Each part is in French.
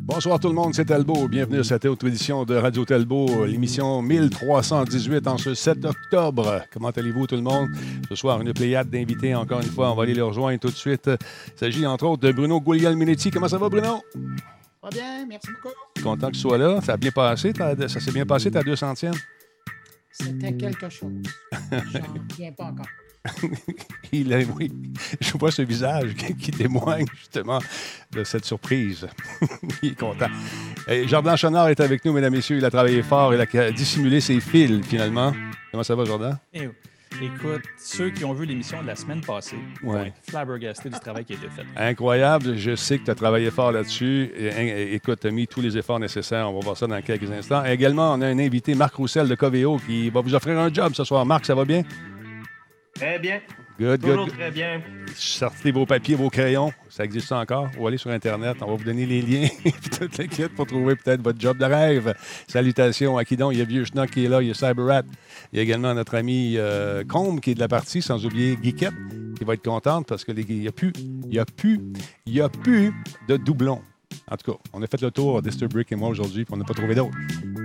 Bonsoir tout le monde, c'est Talbot. Bienvenue à cette autre édition de Radio Talbot, l'émission 1318 en ce 7 octobre. Comment allez-vous tout le monde? Ce soir, une pléiade d'invités. Encore une fois, on va aller les rejoindre tout de suite. Il s'agit entre autres de Bruno Guglielminetti. Comment ça va, Bruno? Pas bien, merci beaucoup. Content que tu sois là. Ça a bien passé. Ça s'est bien passé ta 200e? C'était quelque chose. J'en reviens pas encore. Oui, je vois ce visage qui témoigne justement de cette surprise. Il est content. Et Jordan Chenard est avec nous, mesdames et messieurs. Il a travaillé fort. Il a dissimulé ses fils, finalement. Comment ça va, Jordan? Écoute, ceux qui ont vu l'émission de la semaine passée vont être flabbergastés du travail qui a été fait. Incroyable. Je sais que tu as travaillé fort là-dessus. Écoute, tu as mis tous les efforts nécessaires. On va voir ça dans quelques instants. Et également, on a un invité, Marc Roussel de Coveo, qui va vous offrir un job ce soir. Marc, ça va bien? Très bien. Toujours très bien. Sortez vos papiers, vos crayons. Ça existe encore? Ou allez sur Internet. On va vous donner les liens et toute l'équipe pour trouver peut-être votre job de rêve. Salutations à qui donc? Il y a Vieux Schnock qui est là. Il y a Cyberrat. Il y a également notre ami Combe qui est de la partie, sans oublier Guiquette qui va être contente parce qu'il n'y a plus de doublons. En tout cas, on a fait le tour, Disturbrick et moi, aujourd'hui, puis on n'a pas trouvé d'autres.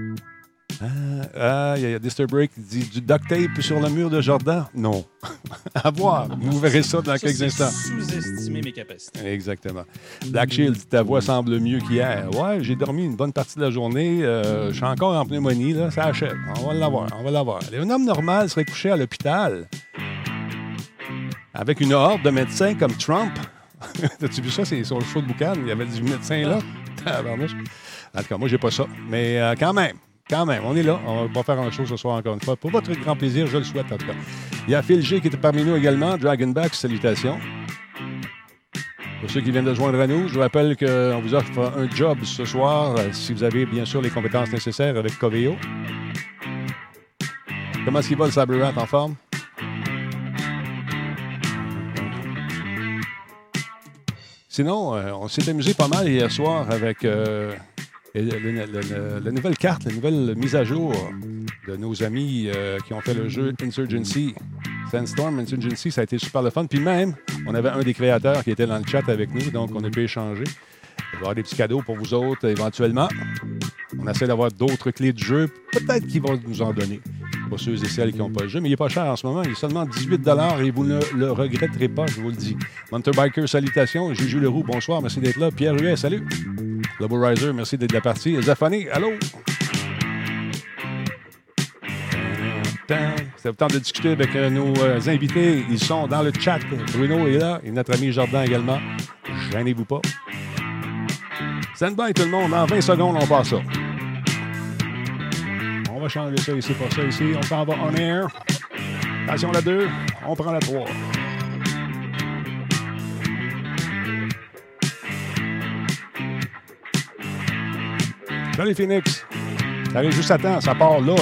Il y a Disturbrick qui dit du duct tape sur le mur de Jordan. Non. À voir. Vous verrez ça dans quelques instants. Sous-estimer mes capacités. Exactement. Black Shield, ta voix semble mieux qu'hier. Ouais, j'ai dormi une bonne partie de la journée. Je suis encore en pneumonie. Là. Ça achève. On va l'avoir. Un homme normal serait couché à l'hôpital avec une horde de médecins comme Trump. As-tu vu ça? C'est sur le show de Boucan. Il y avait 18 médecins là. En tout cas, moi, j'ai pas ça. Mais quand même, on est là. On va faire un show ce soir encore une fois. Pour votre grand plaisir, je le souhaite en tout cas. Il y a Phil G qui est parmi nous également. Dragonback, salutations. Pour ceux qui viennent de joindre à nous, je vous rappelle qu'on vous offre un job ce soir, si vous avez bien sûr les compétences nécessaires avec Coveo. Comment est-ce qu'il va le Cyberrat en forme? Sinon, on s'est amusé pas mal hier soir avec la nouvelle carte, la nouvelle mise à jour de nos amis qui ont fait le jeu Insurgency. Sandstorm Insurgency, ça a été super le fun. Puis même, on avait un des créateurs qui était dans le chat avec nous, donc on a pu échanger. Il va y avoir des petits cadeaux pour vous autres éventuellement. On essaie d'avoir d'autres clés de jeu. Peut-être qu'ils vont nous en donner. Pour ceux et celles qui n'ont pas le jeu. Mais il n'est pas cher en ce moment. Il est seulement 18 $ et vous ne le regretterez pas, je vous le dis. Monster Biker, salutations. Juju Leroux, bonsoir. Merci d'être là. Pierre Huet, salut. Global Riser, merci d'être de la partie. Zafani, allô. C'est le temps de discuter avec nos invités. Ils sont dans le chat. Bruno est là et notre ami Jordan également. Gênez-vous pas. Stand by tout le monde. En 20 secondes, on passe ça. On va changer ça ici pour ça ici. On s'en va on air. Attention la 2. On prend la 3. Salut Phoenix. Ça arrive juste à temps. Ça part là.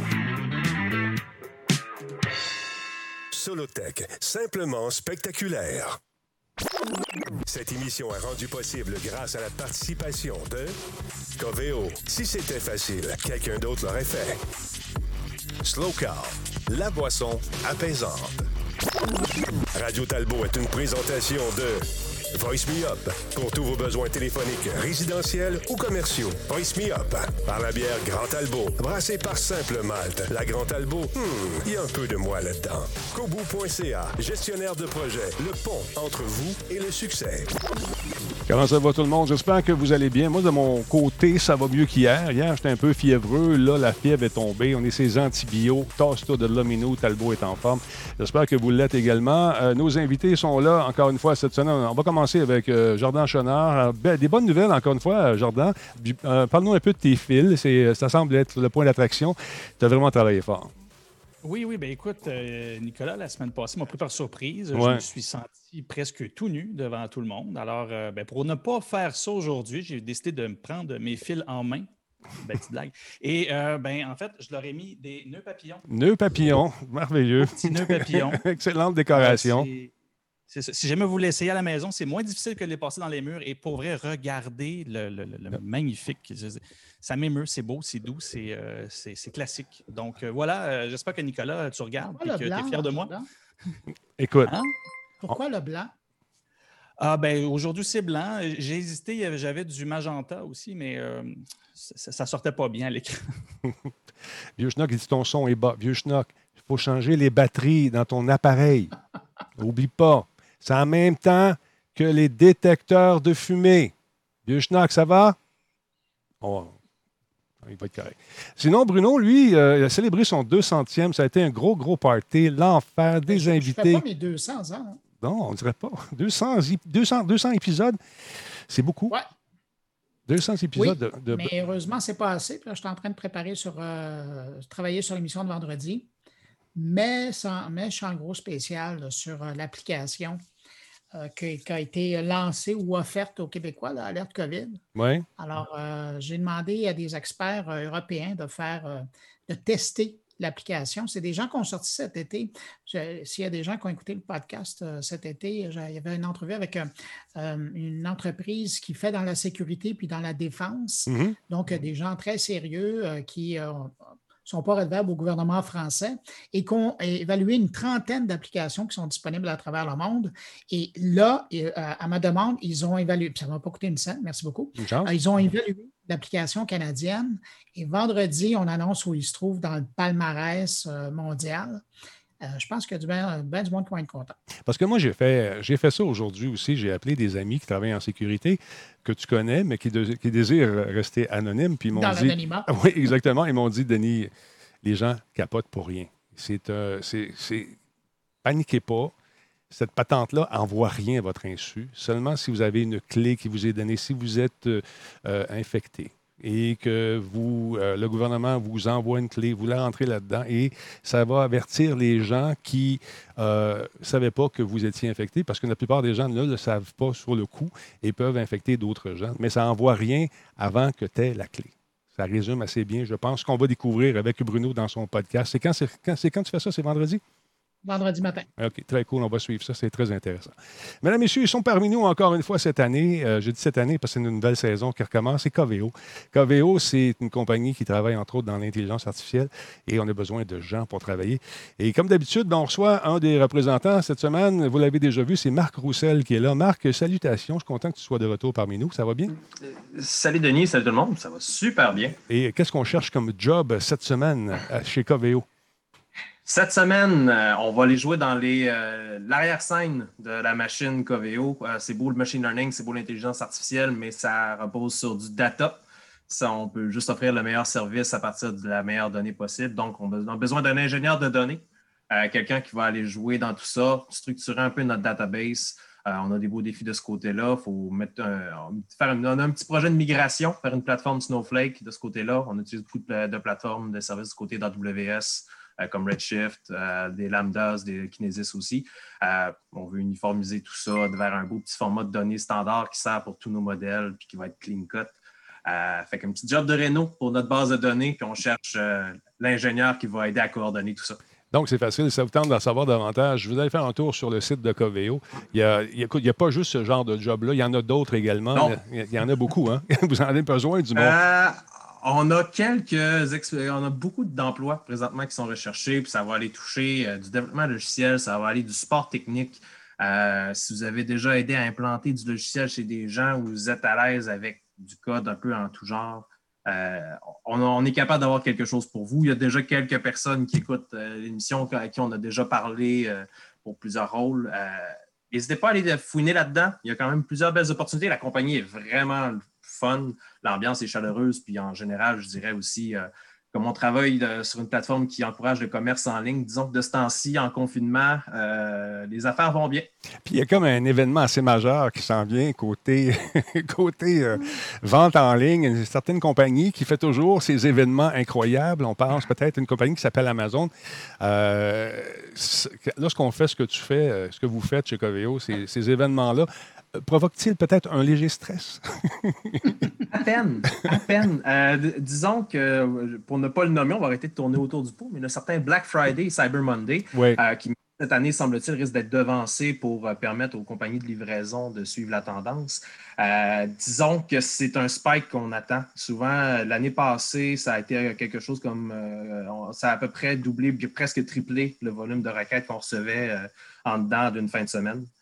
Solotech, simplement spectaculaire. Cette émission est rendue possible grâce à la participation de Coveo. Si c'était facile, quelqu'un d'autre l'aurait fait. Slow Car, la boisson apaisante. Radio Talbot est une présentation de Voice Me Up, pour tous vos besoins téléphoniques, résidentiels ou commerciaux. Voice Me Up, par la bière Grand Talbot, brassée par Simple Malte. La Grand Talbot, il y a un peu de moi là-dedans. Kobu.ca, gestionnaire de projet, le pont entre vous et le succès. Comment ça va tout le monde? J'espère que vous allez bien. Moi, de mon côté, ça va mieux qu'hier. Hier, j'étais un peu fiévreux. Là, la fièvre est tombée. On est ses antibiotiques. Tasse-toi de l'omino. Talbot est en forme. J'espère que vous l'êtes également. Nos invités sont là, encore une fois, cette semaine. On va commencer avec Jordan Chenard. Des bonnes nouvelles, encore une fois, Jordan. Parle-nous un peu de tes fils. Ça semble être le point d'attraction. Tu as vraiment travaillé fort. Oui, bien écoute, Nicolas, la semaine passée, m'a pris par surprise. Ouais. Je me suis senti presque tout nu devant tout le monde. Alors, pour ne pas faire ça aujourd'hui, j'ai décidé de me prendre mes fils en main. Petite blague. Et en fait, je leur ai mis des nœuds papillons. Nœuds papillons, merveilleux. Petits nœuds papillons. Excellente décoration. C'est ça. Si jamais vous l'essayez à la maison, c'est moins difficile que de les passer dans les murs. Et pour vrai, regardez le magnifique. Ça m'émeut, c'est beau, c'est doux, c'est classique. Donc voilà, j'espère que Nicolas, tu regardes et que tu es fier de moi. Écoute. Pourquoi le blanc? Ah ben aujourd'hui, c'est blanc. J'ai hésité, j'avais du magenta aussi, mais ça ne sortait pas bien à l'écran. Vieux Schnock, il dit ton son est bas. Vieux Schnock, il faut changer les batteries dans ton appareil. Oublie pas. C'est en même temps que les détecteurs de fumée. Vieux Schnock, ça va? Oh, il va être correct. Sinon, Bruno, lui, il a célébré son 200e. Ça a été un gros, gros party. L'enfer, des Je ne fais invités. pas mes 200 ans. Hein. Non, on ne dirait pas. 200 épisodes, c'est beaucoup. Ouais. 200 épisodes de... Mais heureusement, c'est pas assez. Puis là, je suis en train de préparer travailler sur l'émission de vendredi. Mais je suis en gros spécial là, sur l'application qui a été lancée ou offerte aux Québécois, l'alerte COVID. Oui. Alors, j'ai demandé à des experts européens de tester l'application. C'est des gens qui ont sorti cet été. S'il y a des gens qui ont écouté le podcast cet été, il y avait une entrevue avec une entreprise qui fait dans la sécurité puis dans la défense. Mm-hmm. Donc, des gens très sérieux qui ne sont pas redevables au gouvernement français et qu'on a évalué une trentaine d'applications qui sont disponibles à travers le monde. Et là, à ma demande, ils ont évalué, puis ça ne m'a pas coûté une cent, merci beaucoup, ils ont évalué l'application canadienne et vendredi, on annonce où il se trouve dans le palmarès mondial. Je pense qu'il y a ben du monde qui va être content. Parce que moi, j'ai fait ça aujourd'hui aussi. J'ai appelé des amis qui travaillent en sécurité, que tu connais, mais qui désirent rester anonymes. Puis ils m'ont Dans dit, l'anonymat. Oui, exactement. Ils m'ont dit, Denis, les gens capotent pour rien. Paniquez pas. Cette patente-là n'envoie rien à votre insu. Seulement si vous avez une clé qui vous est donnée, si vous êtes infecté et que le gouvernement vous envoie une clé, vous la rentrez là-dedans et ça va avertir les gens qui ne savaient pas que vous étiez infecté parce que la plupart des gens ne le savent pas sur le coup et peuvent infecter d'autres gens. Mais ça n'envoie rien avant que tu aies la clé. Ça résume assez bien, je pense, qu'on va découvrir avec Bruno dans son podcast. C'est quand tu fais ça? C'est vendredi? Vendredi matin. OK, très cool. On va suivre ça. C'est très intéressant. Mesdames, Messieurs, ils sont parmi nous encore une fois cette année. Je dis cette année parce que c'est une nouvelle saison qui recommence. C'est Coveo. Coveo, c'est une compagnie qui travaille entre autres dans l'intelligence artificielle et on a besoin de gens pour travailler. Et comme d'habitude, on reçoit un des représentants cette semaine. Vous l'avez déjà vu, c'est Marc Roussel qui est là. Marc, salutations. Je suis content que tu sois de retour parmi nous. Ça va bien? Salut Denis, salut tout le monde. Ça va super bien. Et qu'est-ce qu'on cherche comme job cette semaine chez Coveo? Cette semaine, on va aller jouer dans l'arrière-scène de la machine Coveo. C'est beau le machine learning, c'est beau l'intelligence artificielle, mais ça repose sur du data. Ça, on peut juste offrir le meilleur service à partir de la meilleure donnée possible. Donc, on a besoin d'un ingénieur de données, quelqu'un qui va aller jouer dans tout ça, structurer un peu notre database. On a des beaux défis de ce côté-là. Il faut on a un petit projet de migration, faire une plateforme Snowflake de ce côté-là. On utilise beaucoup de plateformes de services du côté d'AWS. Comme Redshift, des Lambdas, des Kinesis aussi. On veut uniformiser tout ça vers un beau petit format de données standard qui sert pour tous nos modèles puis qui va être clean cut. Fait qu'un petit job de réno pour notre base de données, puis on cherche l'ingénieur qui va aider à coordonner tout ça. Donc, c'est facile. Ça vous tente d'en savoir davantage. Vous allez faire un tour sur le site de Coveo. Il n'y a pas juste ce genre de job-là. Il y en a d'autres également. Non. Il y en a beaucoup. Hein? Vous en avez besoin du monde. On a beaucoup d'emplois présentement qui sont recherchés, puis ça va aller toucher du développement logiciel, ça va aller du support technique. Si vous avez déjà aidé à implanter du logiciel chez des gens où vous êtes à l'aise avec du code un peu en tout genre, on est capable d'avoir quelque chose pour vous. Il y a déjà quelques personnes qui écoutent l'émission à qui on a déjà parlé pour plusieurs rôles. N'hésitez pas à aller fouiner là-dedans. Il y a quand même plusieurs belles opportunités. La compagnie est vraiment fun. L'ambiance est chaleureuse. Puis en général, je dirais aussi, comme on travaille sur une plateforme qui encourage le commerce en ligne, disons que de ce temps-ci, en confinement, les affaires vont bien. Puis il y a comme un événement assez majeur qui s'en vient côté vente en ligne. Une certaine compagnie qui fait toujours ces événements incroyables. On pense peut-être à une compagnie qui s'appelle Amazon. Lorsqu'on fait ce que tu fais, ce que vous faites chez Coveo, ces événements-là, provoque-t-il peut-être un léger stress? À peine. Disons que, pour ne pas le nommer, on va arrêter de tourner autour du pot, mais il y a un certain Black Friday, Cyber Monday, qui, cette année, semble-t-il, risque d'être devancé pour permettre aux compagnies de livraison de suivre la tendance. Disons que c'est un spike qu'on attend. Souvent, l'année passée, ça a été quelque chose comme... ça a à peu près doublé, presque triplé le volume de requêtes qu'on recevait en dedans d'une fin de semaine.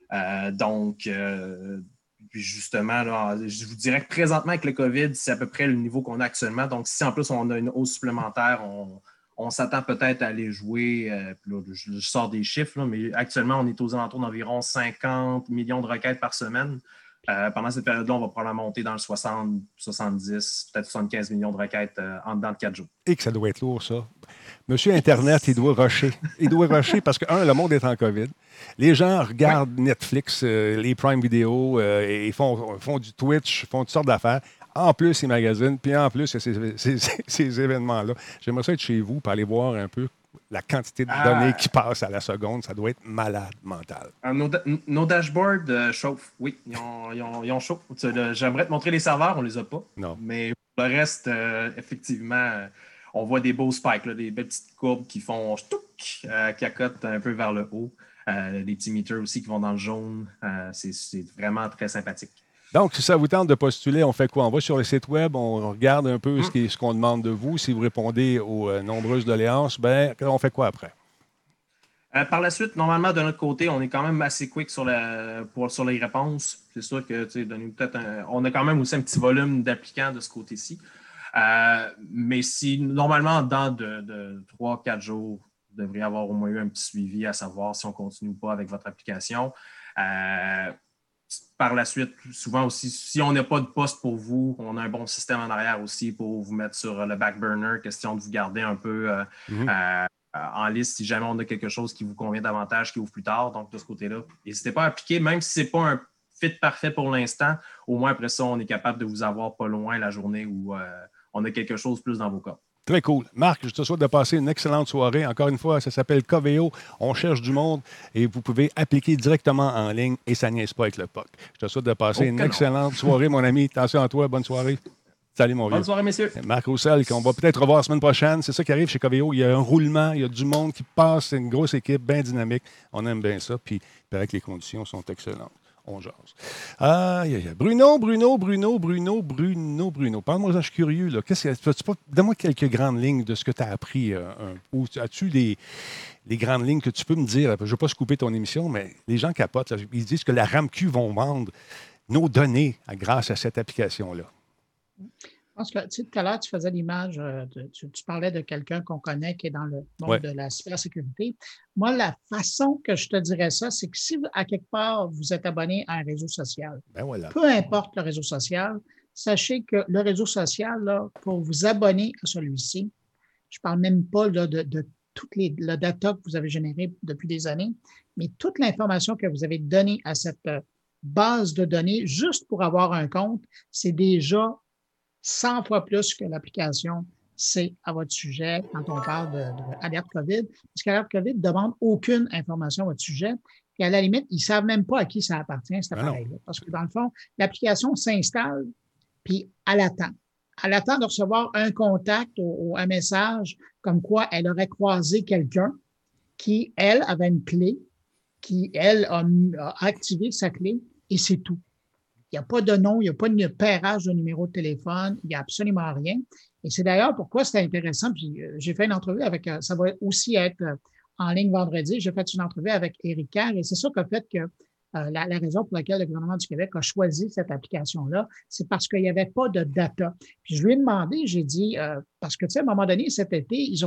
Puis justement, là, je vous dirais que présentement, avec le COVID, c'est à peu près le niveau qu'on a actuellement. Donc, si en plus on a une hausse supplémentaire, on s'attend peut-être à aller jouer. Puis là, je sors des chiffres, là, mais actuellement, on est aux alentours d'environ 50 millions de requêtes par semaine. Pendant cette période-là, on va probablement monter dans le 60, 70, peut-être 75 millions de requêtes en dedans de 4 jours. Et que ça doit être lourd, ça. Monsieur Internet, il doit rusher. Il doit rusher parce que, le monde est en COVID. Les gens regardent Netflix, les Prime Video, ils font du Twitch, font toutes sortes d'affaires. En plus, ils magasinent, puis en plus, il y a ces événements-là. J'aimerais ça être chez vous pour aller voir un peu la quantité de données qui passent à la seconde. Ça doit être malade mental. Nos dashboards chauffent. Oui, ils ont chaud. J'aimerais te montrer les serveurs, on les a pas. Non. Mais pour le reste, effectivement, on voit des beaux spikes, là, des belles petites courbes qui font qui accotent un peu vers le haut. Des petits meters aussi qui vont dans le jaune. C'est vraiment très sympathique. Donc, si ça vous tente de postuler, on fait quoi? On va sur le site web, on regarde un peu ce qu'on demande de vous. Si vous répondez aux nombreuses doléances, on fait quoi après? Par la suite, normalement, de notre côté, on est quand même assez quick sur les réponses. C'est sûr que, on a quand même aussi un petit volume d'applicants de ce côté-ci. Mais si, normalement, dans de 3-4 jours, vous devriez avoir au moins eu un petit suivi à savoir si on continue ou pas avec votre application. Par la suite, souvent aussi, si on n'a pas de poste pour vous, on a un bon système en arrière aussi pour vous mettre sur le back burner, question de vous garder un peu en liste si jamais on a quelque chose qui vous convient davantage, qui ouvre plus tard. Donc, de ce côté-là, n'hésitez pas à appliquer, même si ce n'est pas un fit parfait pour l'instant. Au moins, après ça, on est capable de vous avoir pas loin la journée où on a quelque chose plus dans vos cas. Très cool. Marc, je te souhaite de passer une excellente soirée. Encore une fois, ça s'appelle Coveo. On cherche du monde et vous pouvez appliquer directement en ligne et ça niaise pas avec le POC. Je te souhaite de passer une excellente soirée, mon ami. Attention à toi. Bonne soirée. Salut, mon vieux. Bonne soirée, messieurs. Marc Roussel, qu'on va peut-être revoir la semaine prochaine. C'est ça qui arrive chez Coveo. Il y a un roulement, il y a du monde qui passe. C'est une grosse équipe, bien dynamique. On aime bien ça. Puis, il paraît que les conditions sont excellentes. On jase. Bruno. Parle-moi, je suis curieux. Là. Donne-moi quelques grandes lignes de ce que tu as appris. Ou as-tu les grandes lignes que tu peux me dire? Je ne veux pas se couper ton émission, mais les gens capotent. Là. Ils disent que la RAMQ vont vendre nos données grâce à cette application-là. Je pense que tout à l'heure, tu faisais l'image, tu parlais de quelqu'un qu'on connaît qui est dans le monde de la cybersécurité. Moi, la façon que je te dirais ça, c'est que si à quelque part vous êtes abonné à un réseau social, peu importe le réseau social, sachez que le réseau social, là, pour vous abonner à celui-ci, je ne parle même pas là, de toute la data que vous avez générée depuis des années, mais toute l'information que vous avez donnée à cette base de données, juste pour avoir un compte, c'est déjà 100 fois plus que l'application sait à votre sujet quand on parle d'alerte COVID. Parce qu'alerte COVID ne demande aucune information à votre sujet. Et à la limite, ils ne savent même pas à qui ça appartient, cet appareil-là. Parce que dans le fond, l'application s'installe, puis elle attend. Elle attend de recevoir un contact ou un message comme quoi elle aurait croisé quelqu'un qui, elle, avait une clé, qui, elle, a activé sa clé, et c'est tout. Il n'y a pas de nom, il n'y a pas de pairage de numéro de téléphone, il n'y a absolument rien. Et c'est d'ailleurs pourquoi c'était intéressant. Puis j'ai fait une entrevue avec, ça va aussi être en ligne vendredi, j'ai fait une entrevue avec Éric Kerr et c'est ça qu'a fait que la raison pour laquelle le gouvernement du Québec a choisi cette application-là, c'est parce qu'il n'y avait pas de data. Puis je lui ai demandé, j'ai dit, parce que tu sais, à un moment donné, cet été, ils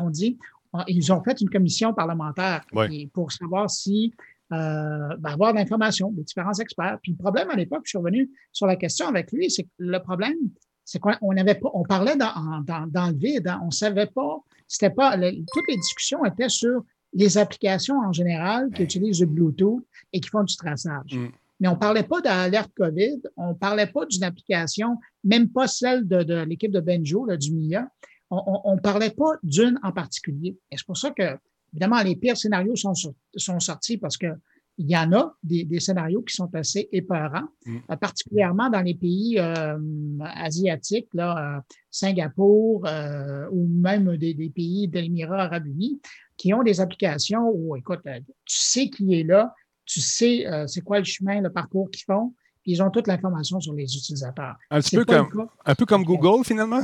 ont fait une commission parlementaire pour savoir si avoir de l'information des différents experts. Puis le problème à l'époque, je suis revenu sur la question avec lui, c'est que le problème, c'est qu'on n'avait pas, on parlait dans le vide, hein, on savait pas, c'était pas, toutes les discussions étaient sur les applications en général qui utilisent le Bluetooth et qui font du traçage. Mais on parlait pas d'alerte COVID, on parlait pas d'une application, même pas celle de l'équipe de Benjo, là, du MIA. On parlait pas d'une en particulier. Et c'est pour ça que évidemment, les pires scénarios sont sortis parce que il y en a des scénarios qui sont assez épeurants, particulièrement dans les pays asiatiques, là, Singapour ou même des pays de l'Émirat arabes unis, qui ont des applications où, écoute, tu sais qui est là, tu sais c'est quoi le chemin, le parcours qu'ils font, puis ils ont toute l'information sur les utilisateurs. Un peu comme Google, finalement?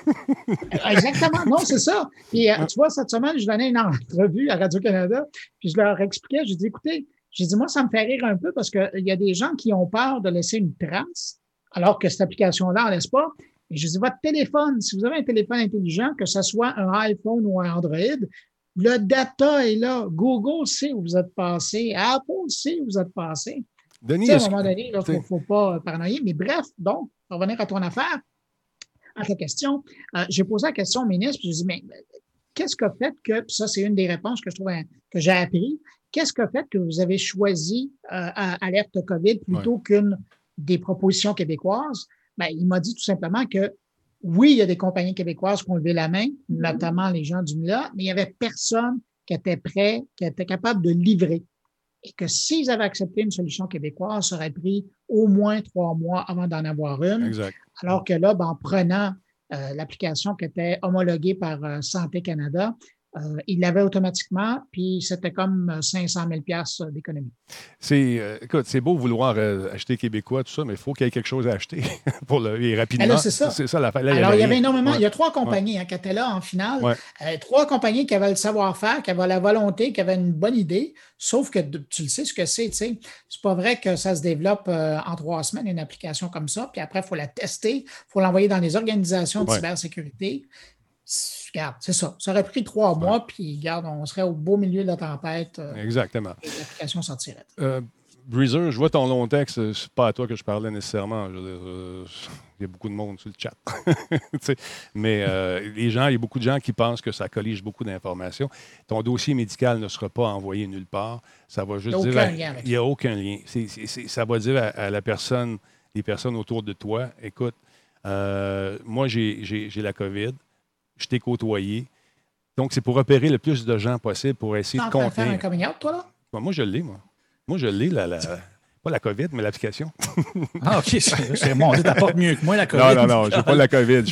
Exactement. Non, c'est ça. Puis, tu vois, cette semaine, je donnais une entrevue à Radio-Canada, puis je leur expliquais, je dis, écoutez, J'ai dit, moi, ça me fait rire un peu parce qu'il y a des gens qui ont peur de laisser une trace, alors que cette application-là n'en laisse pas. Et je dis, votre téléphone, si vous avez un téléphone intelligent, que ce soit un iPhone ou un Android, le data est là. Google sait où vous êtes passé. Apple sait où vous êtes passé. Denis, À un moment donné, il ne faut pas paranoïer. Mais bref, donc, pour revenir à ton affaire, à ta question, j'ai posé la question au ministre, puis j'ai dit, mais qu'est-ce que fait que, puis ça, c'est une des réponses que je trouve que j'ai appris, qu'est-ce que fait que vous avez choisi Alerte COVID plutôt qu'une des propositions québécoises? Ben, il m'a dit tout simplement que oui, il y a des compagnies québécoises qui ont levé la main, notamment les gens du MILA, mais il n'y avait personne qui était prêt, qui était capable de livrer. Et que s'ils avaient accepté une solution québécoise, ça aurait pris au moins 3 mois avant d'en avoir une. Exact. Alors que là, en prenant l'application qui était homologuée par Santé Canada, il l'avait automatiquement, puis c'était comme 500 000 $ d'économie. Écoute, c'est beau vouloir acheter québécois, tout ça, mais il faut qu'il y ait quelque chose à acheter et rapidement. Là, c'est ça. C'est ça l'affaire. Alors, il y avait énormément. Il y a 3 compagnies qui étaient là en finale. 3 compagnies qui avaient le savoir-faire, qui avaient la volonté, qui avaient une bonne idée, sauf que tu le sais ce que c'est, tu sais. C'est pas vrai que ça se développe en 3 semaines, une application comme ça, puis après, il faut la tester, il faut l'envoyer dans les organisations de cybersécurité. Regarde, c'est ça. Ça aurait pris 3 mois, puis regarde, on serait au beau milieu de la tempête. Exactement. Et l'application sortirait. Breezer, je vois ton long texte. C'est pas à toi que je parlais nécessairement. Il y a beaucoup de monde sur le chat. Mais les gens, il y a beaucoup de gens qui pensent que ça collige beaucoup d'informations. Ton dossier médical ne sera pas envoyé nulle part. Ça va juste dire. Il n'y a aucun lien. Ça va dire à la personne, les personnes autour de toi, écoute, moi, j'ai la COVID. Je t'ai côtoyé. Donc, c'est pour repérer le plus de gens possible pour essayer de contenir. Tu faire un coming out, toi, là? Moi, je l'ai, moi. Moi, je l'ai, pas la COVID, mais l'application. Ah, OK. C'est bon, t'apportes mieux que moi, la COVID. Non, je n'ai pas la COVID.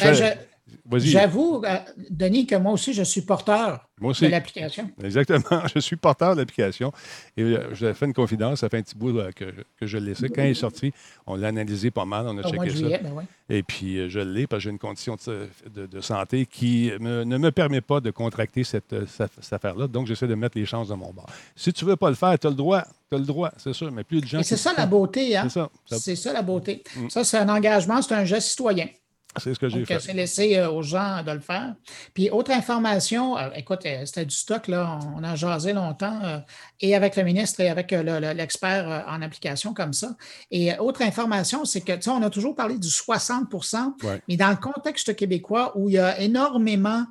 J'avoue, Denis, que moi aussi, je suis porteur de l'application. Exactement. Je suis porteur de l'application. Et je fais une confidence. Ça fait un petit bout que je l'ai laissé. Quand il est sorti, on l'a analysé pas mal. On a checké ça. Et puis, je l'ai parce que j'ai une condition de santé qui ne me permet pas de contracter cette affaire-là. Donc, j'essaie de mettre les chances de mon bord. Si tu ne veux pas le faire, tu as le droit. Tu as le droit, c'est sûr. Mais plus de gens. Et c'est ça la beauté. Hein? C'est ça la beauté. Ça, c'est un engagement, c'est un geste citoyen. C'est ce que j'ai fait. C'est laissé aux gens de le faire. Puis, autre information, écoute, c'était du stock, là, on a jasé longtemps, et avec le ministre et avec l'expert en application comme ça. Et autre information, c'est que, tu sais, on a toujours parlé du 60 %, mais dans le contexte québécois où il y a énormément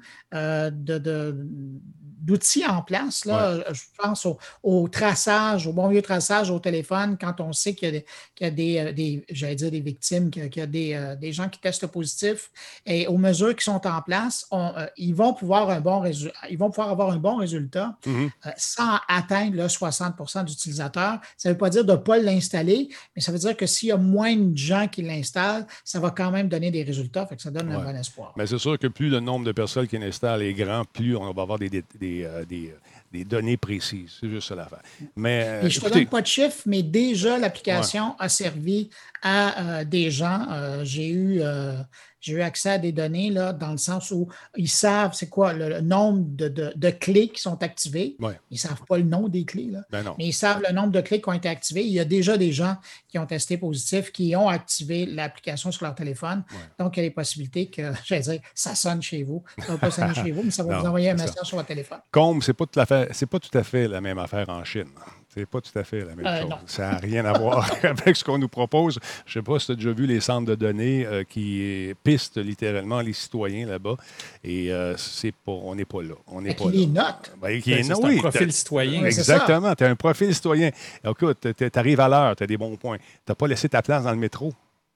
d'outils en place, là, je pense au traçage, au bon vieux traçage au téléphone, quand on sait qu'il y a des j'allais dire des victimes, qu'il y a des gens qui testent positif, et aux mesures qui sont en place, ils vont pouvoir avoir un bon résultat sans atteindre le 60 % d'utilisateurs. Ça ne veut pas dire de ne pas l'installer, mais ça veut dire que s'il y a moins de gens qui l'installent, ça va quand même donner des résultats, fait que ça donne un bon espoir. Mais c'est sûr que plus le nombre de personnes qui l'installent est grand, plus on va avoir des données précises. C'est juste ça l'affaire. Mais je ne te donne pas de chiffres, mais déjà, l'application a servi à des gens. J'ai eu accès à des données là, dans le sens où ils savent c'est quoi le nombre de clés qui sont activées. Ils ne savent pas le nom des clés, là, mais ils savent le nombre de clés qui ont été activées. Il y a déjà des gens qui ont testé positif, qui ont activé l'application sur leur téléphone. Donc, il y a des possibilités que, j'allais dire, ça sonne chez vous. Ça ne va pas sonner chez vous, mais ça va vous envoyer un message sur votre téléphone. Comme, c'est pas tout à fait la même affaire en Chine. C'est pas tout à fait la même chose. Non. Ça n'a rien à voir avec ce qu'on nous propose. Je ne sais pas si tu as déjà vu les centres de données qui pistent littéralement les citoyens là-bas. Et on n'est pas là. On n'est pas là. Les notes. C'est un profil citoyen. Exactement. Tu as un profil citoyen. Écoute, tu arrives à l'heure, tu as des bons points. Tu n'as pas laissé ta place dans le métro.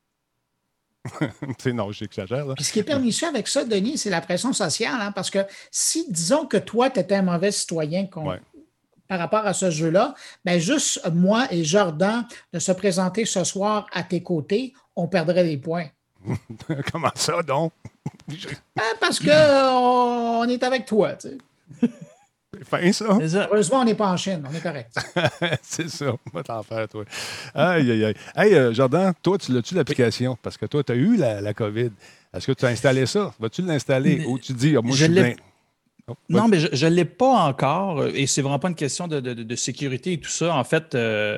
Non, j'exagère. Là. Puis ce qui est pernicieux avec ça, Denis, c'est la pression sociale. Hein, parce que si, disons que toi, tu étais un mauvais citoyen par rapport à ce jeu-là, bien juste moi et Jordan de se présenter ce soir à tes côtés, on perdrait des points. Comment ça, donc? Parce qu'on est avec toi, tu sais. C'est fin, ça. Heureusement, on n'est pas en Chine, on est correct. C'est ça, on va t'en faire, toi. Aïe. Hey, Jordan, toi, tu l'as-tu l'application? Parce que toi, tu as eu la COVID. Est-ce que tu as installé ça? Vas-tu l'installer? Ou tu dis, moi, je suis bien... Oh, Non, mais je ne l'ai pas encore et c'est vraiment pas une question de sécurité et tout ça. En fait,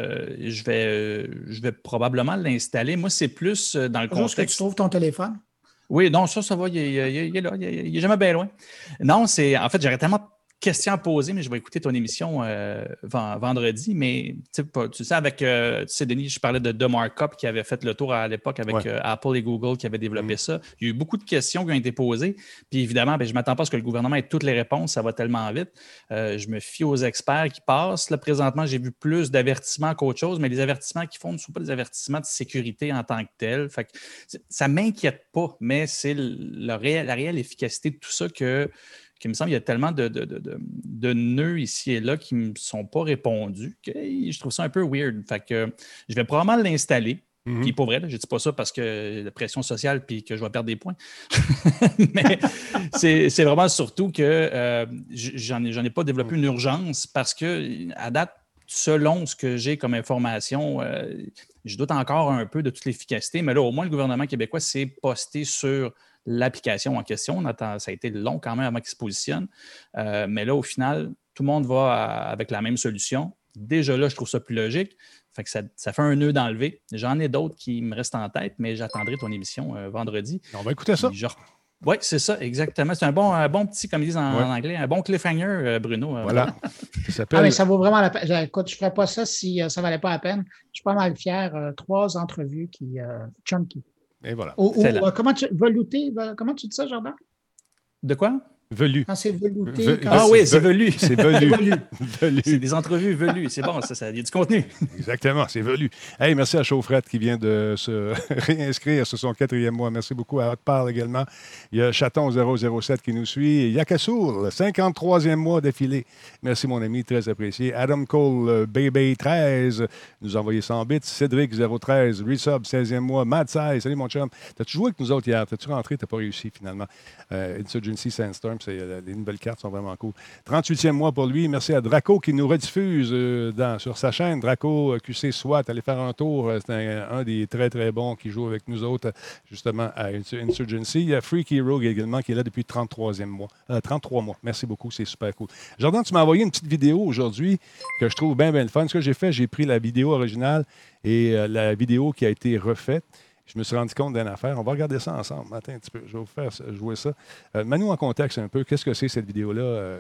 je vais probablement l'installer. Moi, c'est plus dans le Juste que tu contexte. trouves ton téléphone. Oui, non, ça va, il est là, il est jamais bien loin. Non, en fait, j'aurais tellement de questions à poser, mais je vais écouter ton émission vendredi. Mais tu sais, avec, Denis, je parlais de Markup qui avait fait le tour à l'époque avec Apple et Google qui avaient développé ça. Il y a eu beaucoup de questions qui ont été posées. Puis évidemment, je ne m'attends pas à ce que le gouvernement ait toutes les réponses, ça va tellement vite. Je me fie aux experts qui passent. Là, présentement, j'ai vu plus d'avertissements qu'autre chose, mais les avertissements qu'ils font ne sont pas des avertissements de sécurité en tant que tels. Fait que ça ne m'inquiète pas, mais c'est la réelle efficacité de tout ça qu'il me semble qu'il y a tellement de nœuds ici et là qui ne me sont pas répondus que je trouve ça un peu weird. Fait que je vais probablement l'installer. Puis pour vrai, je ne dis pas ça parce que la pression sociale puis que je vais perdre des points. Mais c'est vraiment surtout que j'en ai pas développé une urgence parce que à date, selon ce que j'ai comme information, je doute encore un peu de toute l'efficacité. Mais là, au moins, le gouvernement québécois s'est posté sur l'application en question. Ça a été long quand même avant qu'il se positionne. Mais là, au final, tout le monde va avec la même solution. Déjà là, je trouve ça plus logique. Fait que ça fait un nœud d'enlever. J'en ai d'autres qui me restent en tête, mais j'attendrai ton émission vendredi. On va écouter ça. Oui, c'est ça, exactement. C'est un bon petit, comme ils disent en anglais, un bon cliffhanger, Bruno. Voilà. Ça s'appelle... mais ça vaut vraiment la peine. Écoute, je ne ferais pas ça si ça ne valait pas la peine. Je suis pas mal fier. 3 entrevues qui chunky. Et voilà. Comment tu dis ça, Jordan? De quoi? Velu. Quand c'est velouté. Oui, c'est velu. C'est velu. C'est des entrevues velues. C'est bon, ça, il y a du contenu. Exactement, c'est velu. Hey, merci à Chaufrette qui vient de se réinscrire sur son 4e mois. Merci beaucoup à Hotparle également. Il y a Chaton007 qui nous suit. Yakassour, le 53e mois d'affilée. Merci, mon ami, très apprécié. Adam Cole, Baby13, nous a envoyé 100 bits. Cédric013, Resub, 16e mois. Mad Size, salut mon chum. T'as-tu joué avec nous autres hier? T'as-tu rentré? T'as pas réussi finalement. Insurgency Sandstorm, les nouvelles cartes sont vraiment cool. 38e mois pour lui. Merci à Draco qui nous rediffuse sur sa chaîne. Draco QC SWAT, allez faire un tour. C'est un des très, très bons qui joue avec nous autres, justement, à Insurgency. Il y a Freaky Rogue également qui est là depuis 33e mois. 33 mois. Merci beaucoup, c'est super cool. Jordan, tu m'as envoyé une petite vidéo aujourd'hui que je trouve bien, bien le fun. Ce que j'ai fait, j'ai pris la vidéo originale et la vidéo qui a été refaite. Je me suis rendu compte d'une affaire. On va regarder ça ensemble. Attends un petit peu. Je vais vous faire jouer ça. Mets-nous en contexte un peu. Qu'est-ce que c'est cette vidéo-là?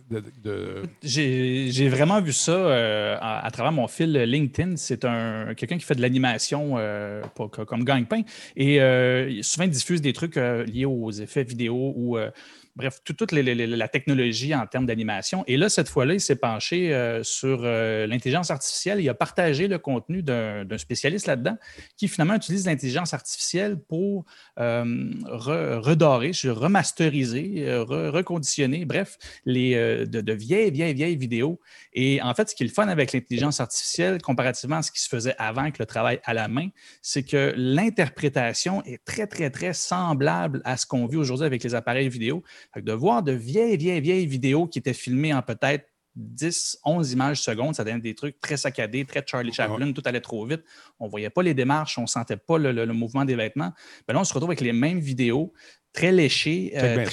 J'ai vraiment vu ça à travers mon fil LinkedIn. C'est quelqu'un qui fait de l'animation comme gagne-pain. Et souvent, il diffuse des trucs liés aux effets vidéo ou... bref, toute la technologie en termes d'animation. Et là, cette fois-là, il s'est penché sur l'intelligence artificielle. Il a partagé le contenu d'un spécialiste là-dedans qui, finalement, utilise l'intelligence artificielle pour redorer, remasteriser, reconditionner, bref, de vieilles vidéos. Et en fait, ce qui est le fun avec l'intelligence artificielle, comparativement à ce qui se faisait avant avec le travail à la main, c'est que l'interprétation est très, très, très semblable à ce qu'on vit aujourd'hui avec les appareils vidéo. Fait que de voir de vieilles vidéos qui étaient filmées en peut-être 10, 11 images secondes, ça donnait des trucs très saccadés, très Charlie Chaplin, tout allait trop vite. On ne voyait pas les démarches, on ne sentait pas le mouvement des vêtements. Ben là, on se retrouve avec les mêmes vidéos, très léchées,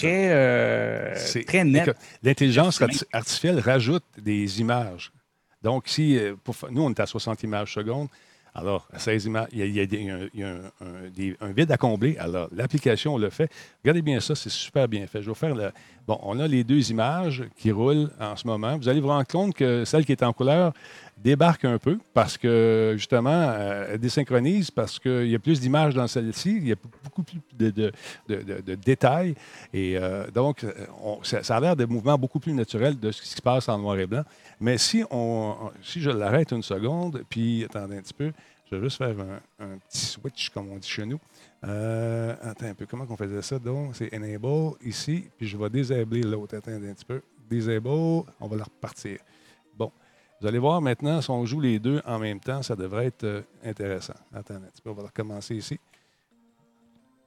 très nettes. L'intelligence artificielle rajoute des images. Donc, si nous, on est à 60 images secondes, alors, à 16 images, il y a un vide à combler. Alors, l'application le fait. Regardez bien ça, c'est super bien fait. Je vais faire Bon, on a les 2 images qui roulent en ce moment. Vous allez vous rendre compte que celle qui est en couleur débarque un peu parce que, justement, elle désynchronise parce qu'il y a plus d'images dans celle-ci. Il y a beaucoup plus de détails. Et donc, ça a l'air de mouvements beaucoup plus naturels de ce qui se passe en noir et blanc. Mais si je l'arrête une seconde, puis attendez un petit peu, je vais juste faire un petit switch, comme on dit chez nous. Attends un peu, comment on faisait ça? Donc, c'est Enable ici, puis je vais désabler l'autre. Attendez un petit peu. Disable, on va la repartir. Bon, vous allez voir maintenant, si on joue les deux en même temps, ça devrait être intéressant. Attendez un petit peu, on va recommencer ici.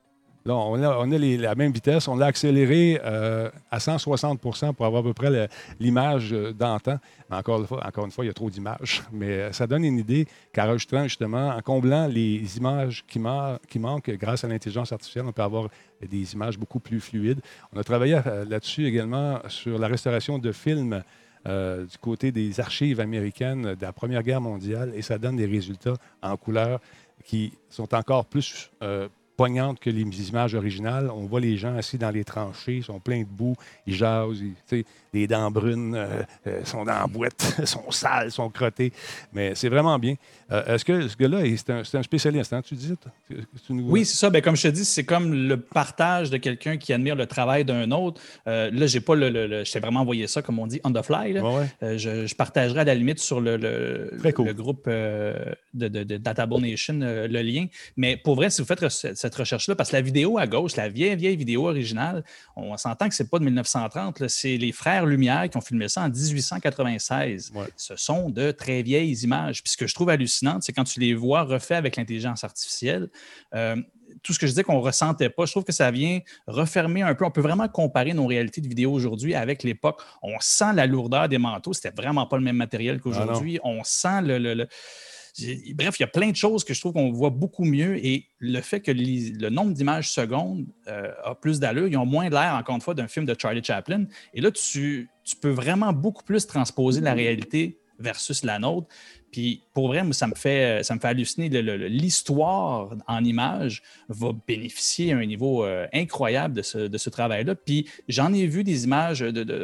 Là, on a la même vitesse. On l'a accéléré à 160 pour avoir à peu près l'image d'antan. Mais encore une fois, il y a trop d'images. Mais ça donne une idée qu'en rajoutant justement, en comblant les images qui manquent grâce à l'intelligence artificielle, on peut avoir des images beaucoup plus fluides. On a travaillé là-dessus également sur la restauration de films du côté des archives américaines de la Première Guerre mondiale et ça donne des résultats en couleur qui sont encore plus poignantes que les images originales. On voit les gens assis dans les tranchées, ils sont pleins de boue, ils jasent, les dents brunes sont dans la boîte, sont sales, sont crottées. Mais c'est vraiment bien. Est-ce que ce gars-là, c'est un spécialiste, hein, tu dis? Oui, c'est ça. Bien, comme je te dis, c'est comme le partage de quelqu'un qui admire le travail d'un autre. Là, j'ai pas je t'ai vraiment envoyé ça, comme on dit, on the fly. Là. Ouais. Je partagerai à la limite sur le groupe de Datable Nation le lien. Mais pour vrai, si vous faites cette recherche-là, parce que la vidéo à gauche, la vieille vidéo originale, on s'entend que c'est pas de 1930, là, c'est les frères Lumière qui ont filmé ça en 1896. Ouais. Ce sont de très vieilles images. Puis ce que je trouve hallucinant, c'est quand tu les vois refaits avec l'intelligence artificielle, tout ce que je disais qu'on ne ressentait pas, je trouve que ça vient refermer un peu. On peut vraiment comparer nos réalités de vidéo aujourd'hui avec l'époque. On sent la lourdeur des manteaux. C'était vraiment pas le même matériel qu'aujourd'hui. On sent Bref, il y a plein de choses que je trouve qu'on voit beaucoup mieux et le fait que le nombre d'images secondes a plus d'allure, ils ont moins l'air, encore une fois, d'un film de Charlie Chaplin. Et là, tu peux vraiment beaucoup plus transposer la réalité versus la nôtre. Puis pour vrai, ça me fait halluciner. L'histoire en images va bénéficier à un niveau incroyable de ce travail-là. Puis j'en ai vu des images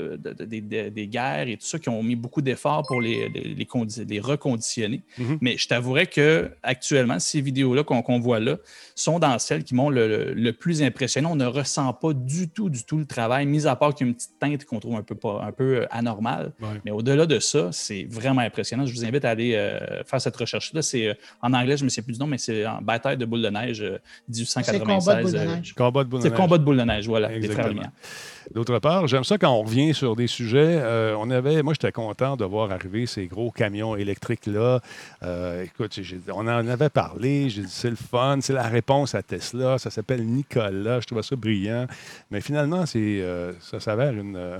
des guerres et tout ça qui ont mis beaucoup d'efforts pour les reconditionner. Mm-hmm. Mais je t'avouerais qu'actuellement, ces vidéos-là qu'on voit là sont dans celles qui m'ont le plus impressionné. On ne ressent pas du tout le travail, mis à part qu'il y a une petite teinte qu'on trouve un peu anormale. Ouais. Mais au-delà de ça, c'est vraiment impressionnant. Je vous invite à aller faire cette recherche-là. C'est en anglais, je ne me sais plus du nom, mais c'est en Bataille de boules de neige 1896. C'est Combat de boules de neige. C'est Combat de boules de neige, voilà, des frères Lumière. D'autre part, j'aime ça quand on revient sur des sujets. Moi, j'étais content de voir arriver ces gros camions électriques-là. Écoute, on en avait parlé. J'ai dit, c'est le fun, c'est la réponse à Tesla. Ça s'appelle Nikola. Je trouvais ça brillant. Mais finalement, ça s'avère une...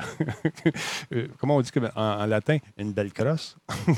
comment on dit en latin? Une belle crosse.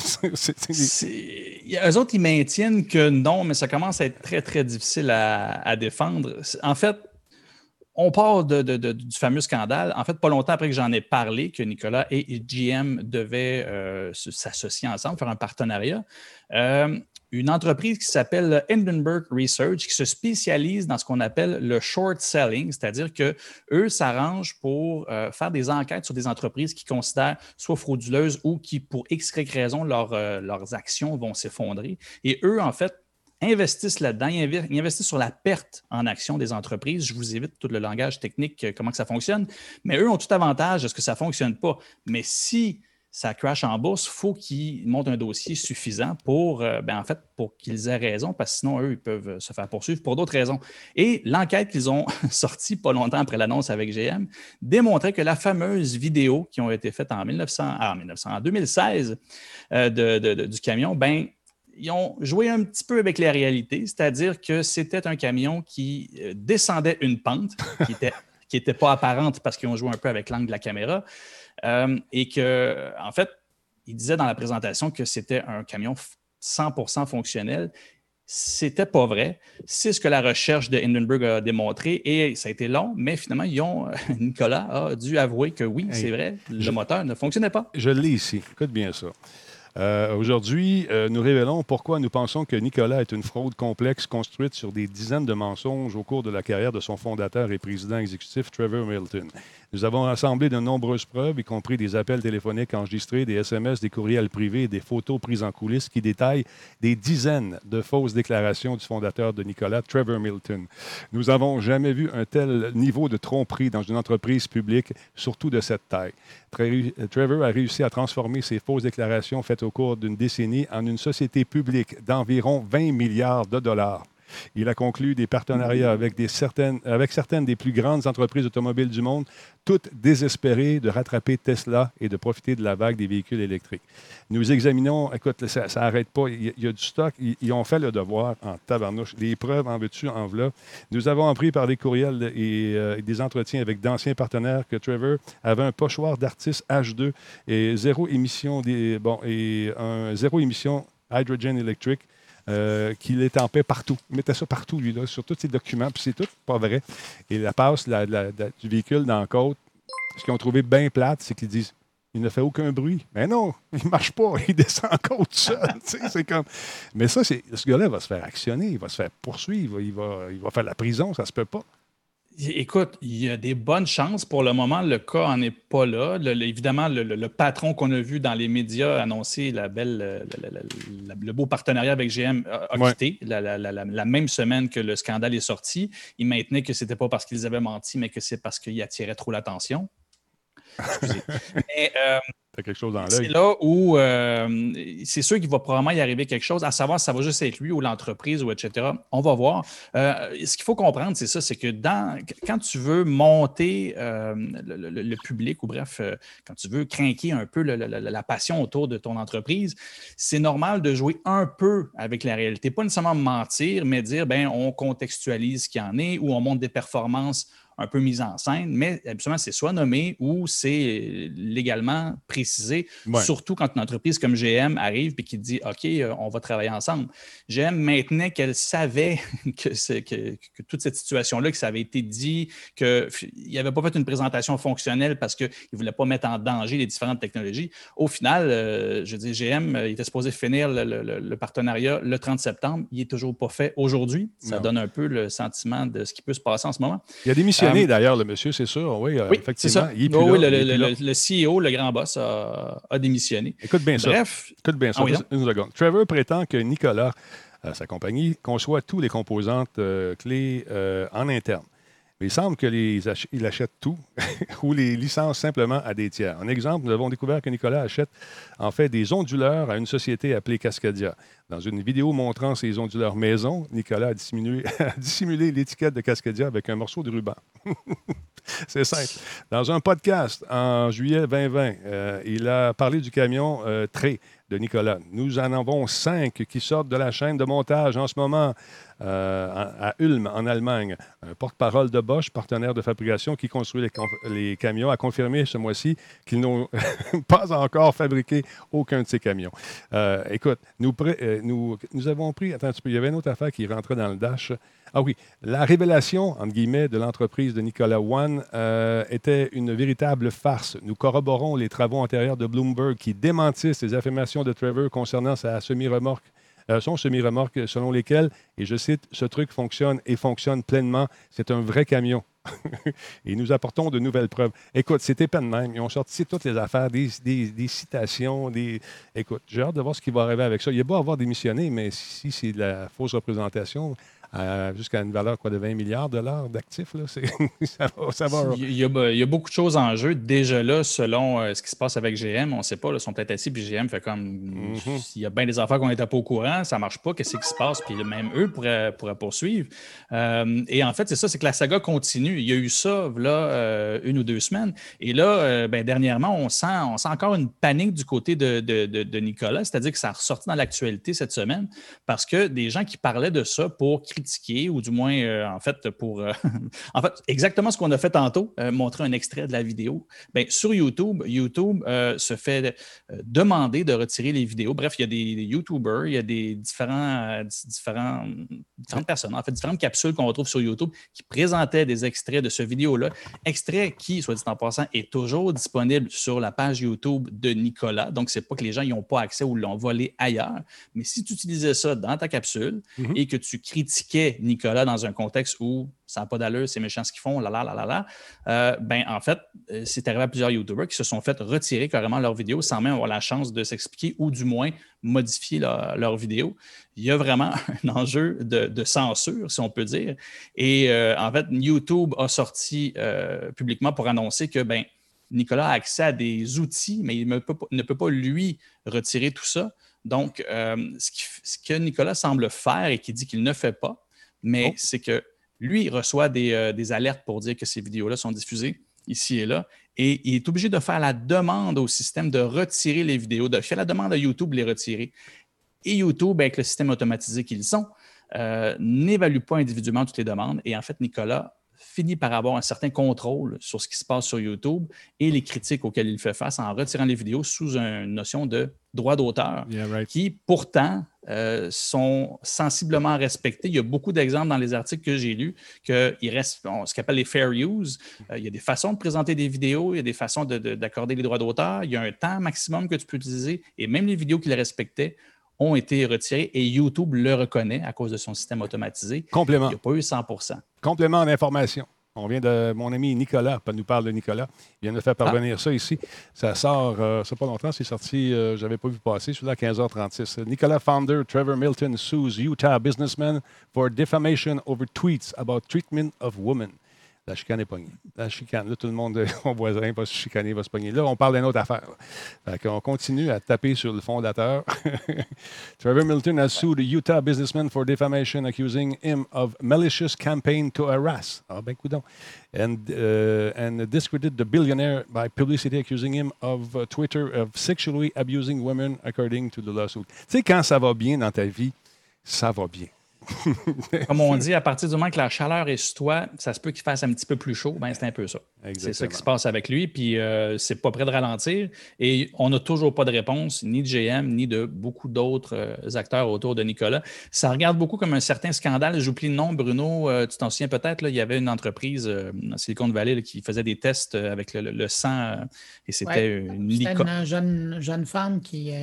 Eux autres, ils maintiennent que non, mais ça commence à être très, très difficile à défendre. En fait, on part du fameux scandale. En fait, pas longtemps après que j'en ai parlé, que Nikola et GM devaient s'associer ensemble, faire un partenariat. Une entreprise qui s'appelle Hindenburg Research, qui se spécialise dans ce qu'on appelle le short selling, c'est-à-dire qu'eux s'arrangent pour faire des enquêtes sur des entreprises qui considèrent soit frauduleuses ou qui, pour X raison, leurs actions vont s'effondrer. Et eux, en fait, investissent là-dedans, ils investissent sur la perte en action des entreprises. Je vous évite tout le langage technique, comment que ça fonctionne, mais eux ont tout avantage à ce que ça ne fonctionne pas. Mais si ça crash en bourse, il faut qu'ils montent un dossier suffisant pour qu'ils aient raison, parce que sinon, eux, ils peuvent se faire poursuivre pour d'autres raisons. Et l'enquête qu'ils ont sortie pas longtemps après l'annonce avec GM démontrait que la fameuse vidéo qui a été faite en 2016 du camion, ils ont joué un petit peu avec la réalité, c'est-à-dire que c'était un camion qui descendait une pente qui était pas apparente parce qu'ils ont joué un peu avec l'angle de la caméra. Et que, en fait, il disait dans la présentation que c'était un camion 100% fonctionnel. C'était pas vrai. C'est ce que la recherche de Hindenburg a démontré et ça a été long, mais finalement, Nicolas a dû avouer que oui, c'est vrai, le moteur ne fonctionnait pas. Je l'ai ici. Écoute bien ça. Aujourd'hui, nous révélons pourquoi nous pensons que Nikola est une fraude complexe construite sur des dizaines de mensonges au cours de la carrière de son fondateur et président exécutif, Trevor Milton. Nous avons rassemblé de nombreuses preuves, y compris des appels téléphoniques enregistrés, des SMS, des courriels privés et des photos prises en coulisses qui détaillent des dizaines de fausses déclarations du fondateur de Nikola, Trevor Milton. Nous n'avons jamais vu un tel niveau de tromperie dans une entreprise publique, surtout de cette taille. Trevor a réussi à transformer ces fausses déclarations faites au cours d'une décennie en une société publique d'environ 20 milliards de dollars. Il a conclu des partenariats avec certaines des plus grandes entreprises automobiles du monde, toutes désespérées de rattraper Tesla et de profiter de la vague des véhicules électriques. Nous examinons, écoute, ça n'arrête pas, il y a du stock, ils ont fait le devoir en tabarnouche. Les preuves en veux-tu, en voilà. Nous avons appris par des courriels et des entretiens avec d'anciens partenaires que Trevor avait un pochoir d'artiste H2 et zéro émission, zéro émission hydrogen électrique. Qu'il étampait partout. Il mettait ça partout, lui, là, sur tous ses documents, puis c'est tout pas vrai. Et la passe du véhicule dans la côte, ce qu'ils ont trouvé bien plate, c'est qu'ils disent il ne fait aucun bruit. Mais non, il ne marche pas, il descend en côte seul. C'est comme... Mais ça, ce gars-là va se faire actionner, il va se faire poursuivre, il va faire la prison, ça se peut pas. Écoute, il y a des bonnes chances. Pour le moment, le cas n'en est pas là. Évidemment, le patron qu'on a vu dans les médias annoncer le beau partenariat avec GM a quitté la même semaine que le scandale est sorti. Il maintenait que ce n'était pas parce qu'ils avaient menti, mais que c'est parce qu'ils attiraient trop l'attention. Excusez. Mais, t'as quelque chose dans l'œil. C'est là où c'est sûr qu'il va probablement y arriver quelque chose, à savoir si ça va juste être lui ou l'entreprise ou etc. On va voir. Ce qu'il faut comprendre, c'est ça, c'est que quand tu veux monter le public ou bref, quand tu veux craquer un peu la passion autour de ton entreprise, c'est normal de jouer un peu avec la réalité. Pas nécessairement mentir, mais dire, on contextualise ce qu'il y en est ou on montre des performances un peu mise en scène, mais absolument, c'est soit nommé ou c'est légalement précisé, surtout quand une entreprise comme GM arrive et qui dit « OK, on va travailler ensemble ». GM maintenait qu'elle savait que toute cette situation-là, que ça avait été dit, qu'il n'avait pas fait une présentation fonctionnelle parce qu'il ne voulait pas mettre en danger les différentes technologies. Au final, je dis GM, il était supposé finir le partenariat le 30 septembre. Il n'est toujours pas fait aujourd'hui. Ça donne un peu le sentiment de ce qui peut se passer en ce moment. Il a démissionné d'ailleurs, le monsieur, c'est sûr. Oui, effectivement. C'est ça. Il est plus là, le CEO, le grand boss, a démissionné. Écoute bien ça. Bref. Une seconde. Trevor prétend que Nikola, sa compagnie, conçoit tous les composantes clés en interne. Mais il semble qu'il achète tout ou les licences simplement à des tiers. En exemple, nous avons découvert que Nikola achète en fait des onduleurs à une société appelée Cascadia. Dans une vidéo montrant ces onduleurs maison, Nikola a dissimulé l'étiquette de Cascadia avec un morceau de ruban. C'est simple. Dans un podcast en juillet 2020, il a parlé du camion Tré de Nikola. Nous en avons 5 qui sortent de la chaîne de montage en ce moment à Ulm, en Allemagne. Un porte-parole de Bosch, partenaire de fabrication qui construit les camions, a confirmé ce mois-ci qu'ils n'ont pas encore fabriqué aucun de ces camions. Écoute, nous avons pris... Attends un petit peu, il y avait une autre affaire qui rentrait dans le dash. Ah oui, la révélation, entre guillemets, de l'entreprise de Nikola One était une véritable farce. Nous corroborons les travaux antérieurs de Bloomberg qui démentissent les affirmations de Trevor concernant son semi-remorque, selon lesquelles, et je cite, « Ce truc fonctionne et fonctionne pleinement. C'est un vrai camion. » Et nous apportons de nouvelles preuves. Écoute, c'était pas de même. Ils ont sorti toutes les affaires, des citations. Écoute, j'ai hâte de voir ce qui va arriver avec ça. Il y a beau avoir démissionné, mais si c'est de la fausse représentation... jusqu'à une valeur de 20 milliards de dollars d'actifs. Là, ça va. Il y a beaucoup de choses en jeu. Déjà là, selon ce qui se passe avec GM, on ne sait pas. Là, ils sont peut-être assis, puis GM fait comme... Il y a bien des affaires qu'on n'était pas au courant, ça ne marche pas, qu'est-ce qui se passe? Puis même eux pourraient poursuivre. Et en fait, c'est ça, c'est que la saga continue. Il y a eu ça, là, 1 ou 2 semaines. Et là, dernièrement, on sent encore une panique du côté de Nikola, c'est-à-dire que ça a ressorti dans l'actualité cette semaine, parce que des gens qui parlaient de ça pour critiquer, ou du moins, en fait, exactement ce qu'on a fait tantôt, montrer un extrait de la vidéo. Bien, sur YouTube se fait demander de retirer les vidéos. Bref, il y a des YouTubers, il y a des différentes personnes, en fait, différentes capsules qu'on retrouve sur YouTube qui présentaient des extraits de ce vidéo-là. Extrait qui, soit dit en passant, est toujours disponible sur la page YouTube de Nikola. Donc, c'est pas que les gens n'y ont pas accès ou l'ont volé ailleurs. Mais si tu utilisais ça dans ta capsule et que tu critiquais Nikola dans un contexte où ça n'a pas d'allure, c'est méchant ce qu'ils font, en fait, c'est arrivé à plusieurs YouTubers qui se sont fait retirer carrément leurs vidéos sans même avoir la chance de s'expliquer ou du moins modifier leurs vidéos. Il y a vraiment un enjeu de censure, si on peut dire. Et en fait, YouTube a sorti publiquement pour annoncer que Nikola a accès à des outils, mais il ne peut pas, lui, retirer tout ça. Donc, ce que Nikola semble faire et qui dit qu'il ne fait pas, mais c'est que lui, il reçoit des alertes pour dire que ces vidéos-là sont diffusées ici et là, et il est obligé de faire la demande au système de retirer les vidéos, de faire la demande à YouTube de les retirer. Et YouTube, avec le système automatisé qu'ils sont, n'évalue pas individuellement toutes les demandes. Et en fait, Nicolas finit par avoir un certain contrôle sur ce qui se passe sur YouTube et les critiques auxquelles il fait face en retirant les vidéos sous une notion de droit d'auteur qui, pourtant, sont sensiblement respectés. Il y a beaucoup d'exemples dans les articles que j'ai lus qu'il reste ce qu'on appelle les fair use. Il y a des façons de présenter des vidéos, il y a des façons d'accorder les droits d'auteur, il y a un temps maximum que tu peux utiliser et même les vidéos qu'il respectait ont été retirées et YouTube le reconnaît à cause de son système automatisé. Complément. Il n'y a pas eu 100%. Complément d'information. On vient de mon ami Nicolas, nous parle de Nicolas. Il vient de faire parvenir ça ici. Ça sort, ça pas longtemps, c'est sorti, je n'avais pas vu passer, celui-là à 15h36. Nicolas founder Trevor Milton sues Utah businessman for defamation over tweets about treatment of women. La chicane est pognée. La chicane. Là, tout le monde, mon voisin va se chicaner, va se pogner. Là, on parle d'une autre affaire. On continue à taper sur le fondateur. Trevor Milton has sued a Utah businessman for defamation, accusing him of malicious campaign to harass. Ah ben, coudonc. And discredited the billionaire by publicity, accusing him of Twitter of sexually abusing women, according to the lawsuit. Tu sais, quand ça va bien dans ta vie, ça va bien. Comme on dit, à partir du moment que la chaleur est sur toi, ça se peut qu'il fasse un petit peu plus chaud. Ben, c'est un peu ça. Exactement. C'est ça qui se passe avec lui. Puis, c'est pas prêt de ralentir. Et on n'a toujours pas de réponse, ni de GM, ni de beaucoup d'autres acteurs autour de Nicolas. Ça regarde beaucoup comme un certain scandale. J'oublie le nom, Bruno. Tu t'en souviens peut-être, là, il y avait une entreprise dans Silicon Valley là, qui faisait des tests avec le sang. Et c'était une licorne. C'était une jeune femme qui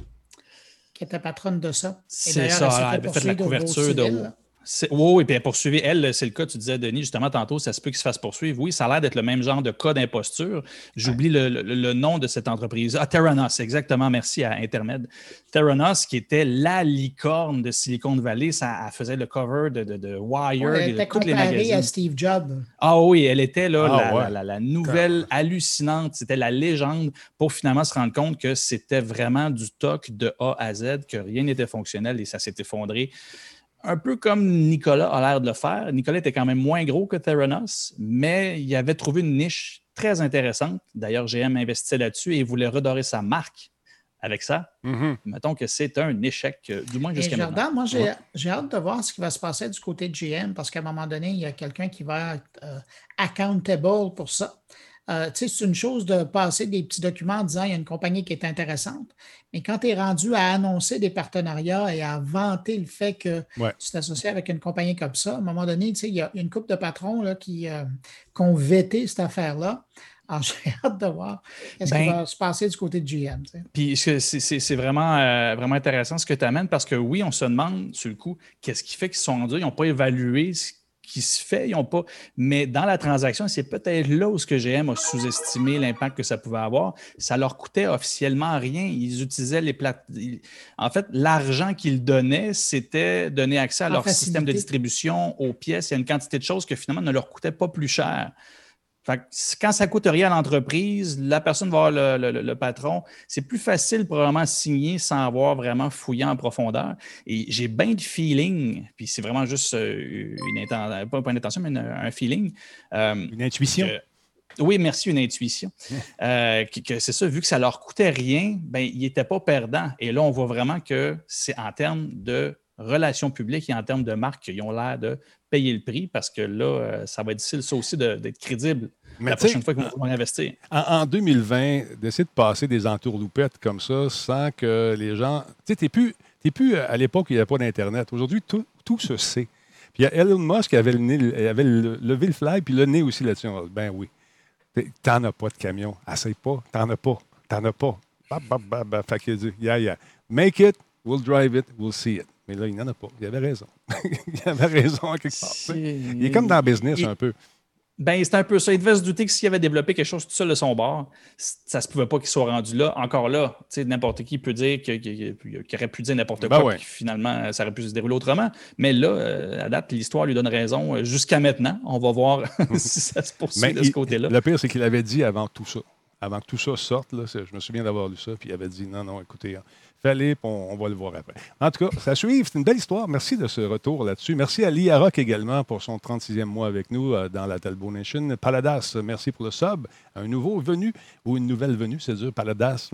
était patronne de ça. C'est ça, elle avait fait la couverture de... Oui, puis elle poursuivait. Elle, c'est le cas, tu disais, Denis, justement, tantôt, ça se peut qu'il se fasse poursuivre. Oui, ça a l'air d'être le même genre de cas d'imposture. J'oublie le nom de cette entreprise. Theranos, exactement, merci à Intermed. Theranos, qui était la licorne de Silicon Valley, ça faisait le cover de Wire, elle était de toutes les comparée magazines. à Steve Jobs. Ah oui, elle était là, la nouvelle hallucinante, c'était la légende pour finalement se rendre compte que c'était vraiment du toc de A à Z, que rien n'était fonctionnel et ça s'est effondré. Un peu comme Nicolas a l'air de le faire. Nicolas était quand même moins gros que Theranos, mais il avait trouvé une niche très intéressante. D'ailleurs, GM investissait là-dessus et voulait redorer sa marque avec ça. Mettons que c'est un échec, du moins jusqu'à maintenant. Moi, j'ai hâte de voir ce qui va se passer du côté de GM parce qu'à un moment donné, il y a quelqu'un qui va être accountable pour ça. C'est une chose de passer des petits documents en disant qu'il y a une compagnie qui est intéressante, mais quand tu es rendu à annoncer des partenariats et à vanter le fait que tu t'associes avec une compagnie comme ça, à un moment donné, il y a une couple de patrons là, qui ont vété cette affaire-là. Alors, j'ai hâte de voir ce qui va se passer du côté de GM. Puis c'est vraiment, vraiment intéressant ce que tu amènes parce que oui, on se demande sur le coup, qu'est-ce qui fait qu'ils sont rendus, ils n'ont pas évalué ce qui se fait, ils n'ont pas. Mais dans la transaction, c'est peut-être là où ce que GM a sous-estimé l'impact que ça pouvait avoir. Ça leur coûtait officiellement rien. Ils utilisaient les En fait, l'argent qu'ils donnaient, c'était donner accès à leur système de distribution, aux pièces. Il y a une quantité de choses que finalement ne leur coûtait pas plus cher. Fait que quand ça ne coûte rien à l'entreprise, la personne va voir le patron. C'est plus facile probablement de signer sans avoir vraiment fouillé en profondeur. Et j'ai bien de feeling, puis c'est vraiment juste pas une intention, mais un feeling. Une intuition. Oui, merci, une intuition. Que c'est ça, vu que ça ne leur coûtait rien, ils n'étaient pas perdants. Et là, on voit vraiment que c'est en termes de relations publiques et en termes de marque qu'ils ont l'air de payer le prix parce que là, ça va être difficile, ça aussi, d'être crédible la prochaine fois qu'ils vont investir. En 2020, d'essayer de passer des entourloupettes comme ça sans que les gens... Tu sais, t'es plus à l'époque où il n'y avait pas d'Internet. Aujourd'hui, tout se sait. Puis il y a Elon Musk qui avait levé le fly puis le nez aussi là-dessus. Ben oui. T'en as pas de camion. Essaye pas. T'en as pas. Fait qu'il dit, make it, we'll drive it, we'll see it. Mais là, il n'en a pas. Il avait raison. Il avait raison à quelque part. Il est comme dans le business un peu. C'est un peu ça. Il devait se douter que s'il avait développé quelque chose tout seul de son bord, ça ne se pouvait pas qu'il soit rendu là. Encore là, n'importe qui peut dire qu'il aurait pu dire n'importe quoi, puis finalement, ça aurait pu se dérouler autrement. Mais là, à date, l'histoire lui donne raison jusqu'à maintenant. On va voir si ça se poursuit de ce côté-là. Le pire, c'est qu'il avait dit avant tout ça. Avant que tout ça sorte, là, je me souviens d'avoir lu ça, puis il avait dit non, écoutez, Fallait, puis on va le voir après. En tout cas, ça suit. C'est une belle histoire. Merci de ce retour là-dessus. Merci à Lia Rock également pour son 36e mois avec nous dans la Talbot Nation. Paladas, merci pour le sub. Un nouveau venu ou une nouvelle venue, c'est dur. Paladas,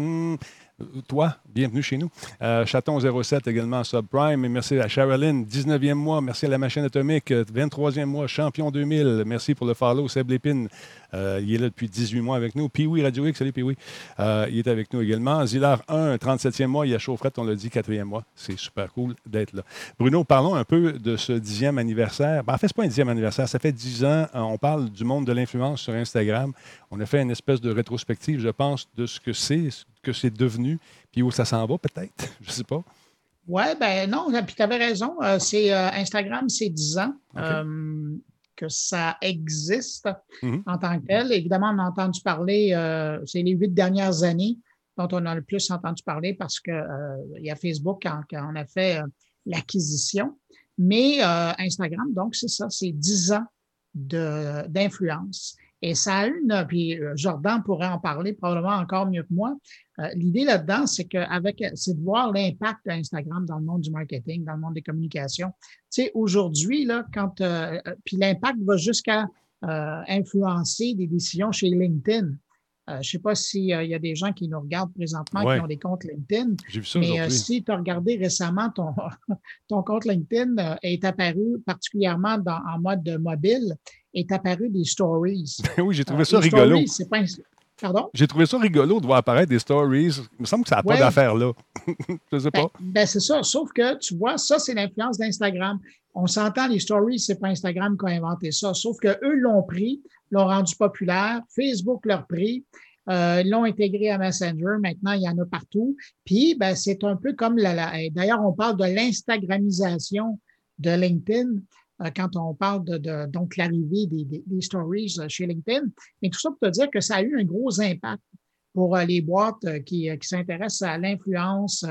toi, bienvenue chez nous. Chaton 07 également subprime. Et merci à Sherilyn, 19e mois. Merci à la machine atomique, 23e mois. Champion 2000. Merci pour le follow. Seb Lépine, il est là depuis 18 mois avec nous. Pee-Wee Radio X, salut Pee-Wee. Il est avec nous également. Zilar 1, 37e mois. Il y a Chaufrette, on l'a dit, 4e mois. C'est super cool d'être là. Bruno, parlons un peu de ce 10e anniversaire. En fait, ce n'est pas un 10e anniversaire. Ça fait 10 ans. On parle du monde de l'influence sur Instagram. On a fait une espèce de rétrospective, je pense, de ce que c'est devenu, puis où ça s'en va peut-être. Je ne sais pas. Oui, ben non, puis tu avais raison. Instagram, c'est 10 ans. Okay. Que ça existe en tant que tel. Évidemment, on a entendu parler, c'est les 8 dernières années dont on a le plus entendu parler parce qu'il y a Facebook quand on a fait l'acquisition. Mais Instagram, donc, c'est ça, c'est 10 ans d'influence. Et ça a puis Jordan pourrait en parler probablement encore mieux que moi. L'idée là-dedans, c'est de voir l'impact d'Instagram dans le monde du marketing, dans le monde des communications. Tu sais, aujourd'hui, là, puis l'impact va jusqu'à influencer des décisions chez LinkedIn. Je ne sais pas s'il y a des gens qui nous regardent présentement qui ont des comptes LinkedIn. J'ai vu ça mais si tu as regardé récemment, ton compte LinkedIn est apparu particulièrement en mode mobile, est apparu des stories. Oui, j'ai trouvé ça rigolo. Stories, c'est pas Pardon? J'ai trouvé ça rigolo de voir apparaître des stories. Il me semble que ça n'a pas d'affaire là. Je ne sais pas. Ben c'est ça. Sauf que, tu vois, ça, c'est l'influence d'Instagram. On s'entend, les stories, c'est pas Instagram qui a inventé ça. Sauf qu'eux l'ont pris, l'ont rendu populaire. Facebook l'a pris. L'ont intégré à Messenger. Maintenant, il y en a partout. Puis, ben, c'est un peu comme d'ailleurs, on parle de l'Instagramisation de LinkedIn. Quand on parle donc l'arrivée des stories chez LinkedIn. Mais tout ça pour te dire que ça a eu un gros impact pour les boîtes qui s'intéressent à l'influence,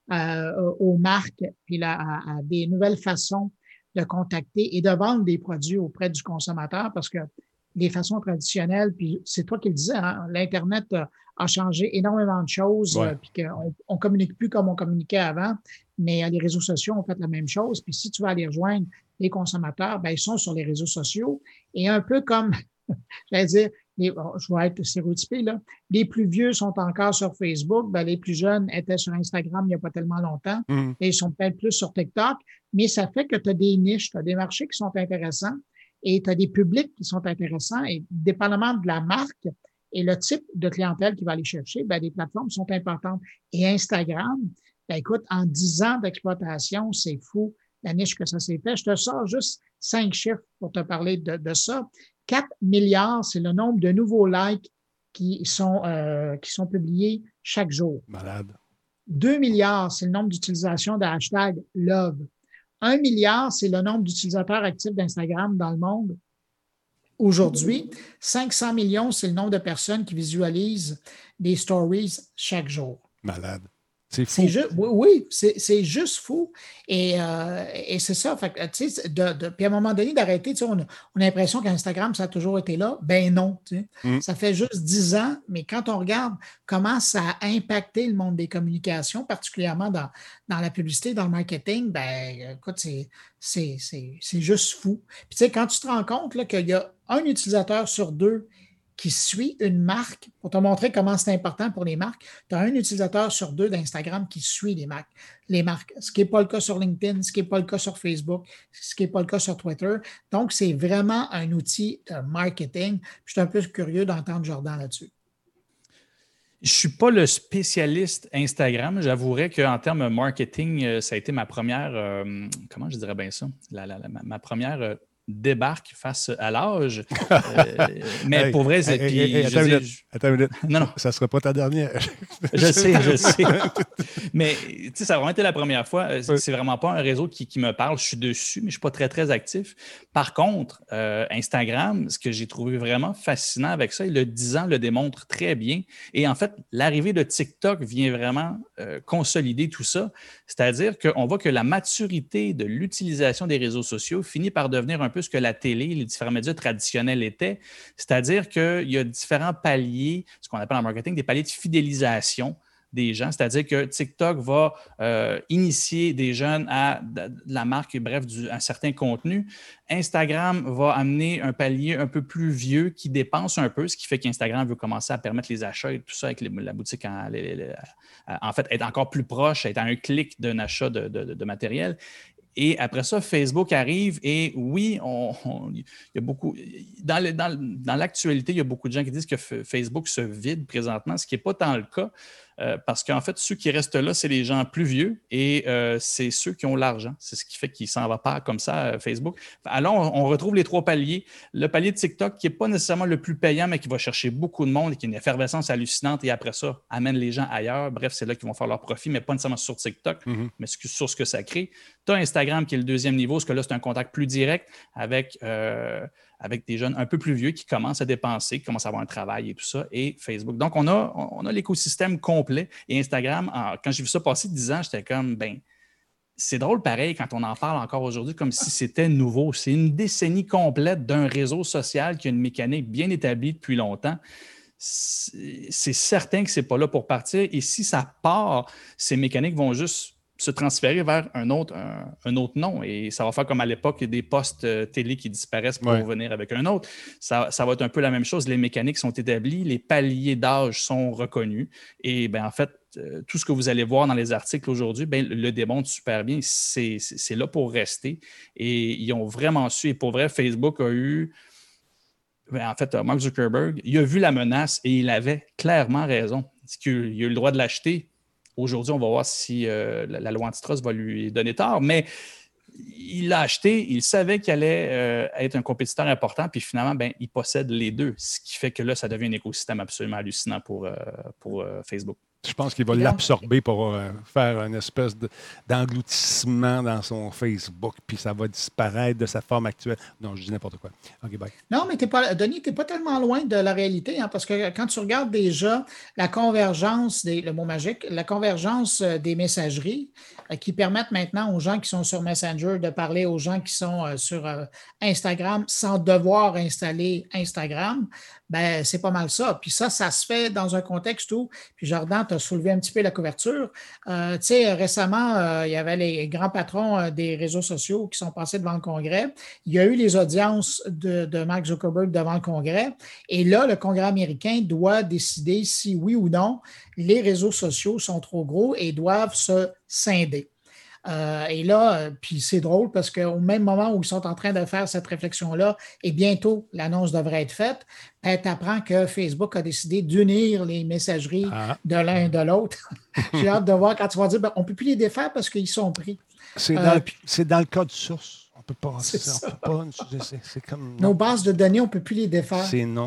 aux marques, puis à des nouvelles façons de contacter et de vendre des produits auprès du consommateur parce que les façons traditionnelles, puis c'est toi qui le disais, hein, l'Internet a changé énormément de choses, puis qu'on ne communique plus comme on communiquait avant, mais les réseaux sociaux ont fait la même chose. Puis si tu vas aller rejoindre les consommateurs, ben ils sont sur les réseaux sociaux et un peu comme, j'allais dire, je vais être stéréotypé, là, les plus vieux sont encore sur Facebook, ben les plus jeunes étaient sur Instagram il n'y a pas tellement longtemps et ils sont peut-être plus sur TikTok, mais ça fait que tu as des niches, tu as des marchés qui sont intéressants et tu as des publics qui sont intéressants et dépendamment de la marque et le type de clientèle qui va aller chercher, ben les plateformes sont importantes. Et Instagram, ben écoute, en 10 ans d'exploitation, c'est fou la niche que ça s'est fait. Je te sors juste 5 chiffres pour te parler de ça. 4 milliards, c'est le nombre de nouveaux likes qui sont publiés chaque jour. Malade. 2 milliards, c'est le nombre d'utilisations de hashtag Love. 1 milliard, c'est le nombre d'utilisateurs actifs d'Instagram dans le monde. Aujourd'hui, 500 millions, c'est le nombre de personnes qui visualisent des stories chaque jour. Malade. C'est fou. Oui, c'est juste fou. Et c'est ça. Fait, puis à un moment donné, d'arrêter, on a l'impression qu'Instagram, ça a toujours été là. Ben non. Ça fait juste 10 ans, mais quand on regarde comment ça a impacté le monde des communications, particulièrement dans la publicité, dans le marketing, ben écoute, c'est juste fou. Puis quand tu te rends compte là, qu'il y a un utilisateur sur 2 qui suit une marque, pour te montrer comment c'est important pour les marques, tu as un utilisateur sur 2 d'Instagram qui suit les marques, ce qui n'est pas le cas sur LinkedIn, ce qui n'est pas le cas sur Facebook, ce qui n'est pas le cas sur Twitter. Donc, c'est vraiment un outil de marketing. Je suis un peu curieux d'entendre Jordan là-dessus. Je ne suis pas le spécialiste Instagram. J'avouerais qu'en termes marketing, ça a été ma première, comment je dirais bien ça, ma première débarque face à l'âge. Mais pour vrai, attends une minute. Non. Ça ne sera pas ta dernière. Je sais. Mais ça a vraiment été la première fois. C'est vraiment pas un réseau qui me parle. Je suis dessus, mais je ne suis pas très, très actif. Par contre, Instagram, ce que j'ai trouvé vraiment fascinant avec ça, et le 10 ans le démontre très bien. Et en fait, l'arrivée de TikTok vient vraiment consolider tout ça. C'est-à-dire qu'on voit que la maturité de l'utilisation des réseaux sociaux finit par devenir un peu ce que la télé, les différents médias traditionnels étaient. C'est-à-dire qu'il y a différents paliers, ce qu'on appelle en marketing des paliers de fidélisation des gens. C'est-à-dire que TikTok va initier des jeunes à de la marque, bref, un certain contenu. Instagram va amener un palier un peu plus vieux qui dépense un peu, ce qui fait qu'Instagram veut commencer à permettre les achats et tout ça avec la boutique en fait, être encore plus proche, être à un clic d'un achat de matériel. Et après ça, Facebook arrive et oui, il y a beaucoup. Dans l'actualité, il y a beaucoup de gens qui disent que Facebook se vide présentement, ce qui n'est pas tant le cas. Parce qu'en fait, ceux qui restent là, c'est les gens plus vieux et c'est ceux qui ont l'argent. C'est ce qui fait qu'il ne s'en va pas comme ça, Facebook. Alors, on retrouve les 3 paliers. Le palier de TikTok, qui n'est pas nécessairement le plus payant, mais qui va chercher beaucoup de monde et qui a une effervescence hallucinante et après ça, amène les gens ailleurs. Bref, c'est là qu'ils vont faire leur profit, mais pas nécessairement sur TikTok, mais sur ce que ça crée. Tu as Instagram qui est le deuxième niveau, parce que là, c'est un contact plus direct avec des jeunes un peu plus vieux qui commencent à dépenser, qui commencent à avoir un travail et tout ça, et Facebook. Donc, on a l'écosystème complet. Et Instagram, quand j'ai vu ça passer 10 ans, j'étais comme, c'est drôle pareil quand on en parle encore aujourd'hui comme si c'était nouveau. C'est une décennie complète d'un réseau social qui a une mécanique bien établie depuis longtemps. C'est certain que ce n'est pas là pour partir. Et si ça part, ces mécaniques vont juste se transférer vers un autre nom. Et ça va faire comme à l'époque des postes télé qui disparaissent pour revenir avec un autre. Ça va être un peu la même chose. Les mécaniques sont établies, les paliers d'âge sont reconnus. Et en fait, tout ce que vous allez voir dans les articles aujourd'hui, le démontre super bien. C'est là pour rester. Et ils ont vraiment su. Et pour vrai, Facebook a eu... En fait, Mark Zuckerberg, il a vu la menace et il avait clairement raison. Il a eu le droit de l'acheter. Aujourd'hui, on va voir si la loi antitrust va lui donner tort, mais il l'a acheté, il savait qu'il allait être un compétiteur important, puis finalement, il possède les deux, ce qui fait que là, ça devient un écosystème absolument hallucinant pour Facebook. Je pense qu'il va l'absorber pour faire une espèce d'engloutissement dans son Facebook, puis ça va disparaître de sa forme actuelle. Non, je dis n'importe quoi. OK, bye. Non, mais Denis, tu n'es pas tellement loin de la réalité, parce que quand tu regardes déjà la convergence, le mot magique, la convergence des messageries qui permettent maintenant aux gens qui sont sur Messenger de parler aux gens qui sont sur Instagram sans devoir installer Instagram, c'est pas mal ça. Puis ça se fait dans un contexte où, puis Jordan, tu as soulevé un petit peu la couverture. Récemment, il y avait les grands patrons des réseaux sociaux qui sont passés devant le Congrès. Il y a eu les audiences de Mark Zuckerberg devant le Congrès. Et là, le Congrès américain doit décider si oui ou non les réseaux sociaux sont trop gros et doivent se scinder. Et là, puis c'est drôle parce qu'au même moment où ils sont en train de faire cette réflexion-là, et bientôt l'annonce devrait être faite, tu apprends que Facebook a décidé d'unir les messageries de l'un et de l'autre. J'ai hâte de voir quand tu vas dire on ne peut plus les défaire parce qu'ils sont pris. C'est dans le code source. On ne peut pas. C'est comme. Nos bases de données, on ne peut plus les défaire. C'est non.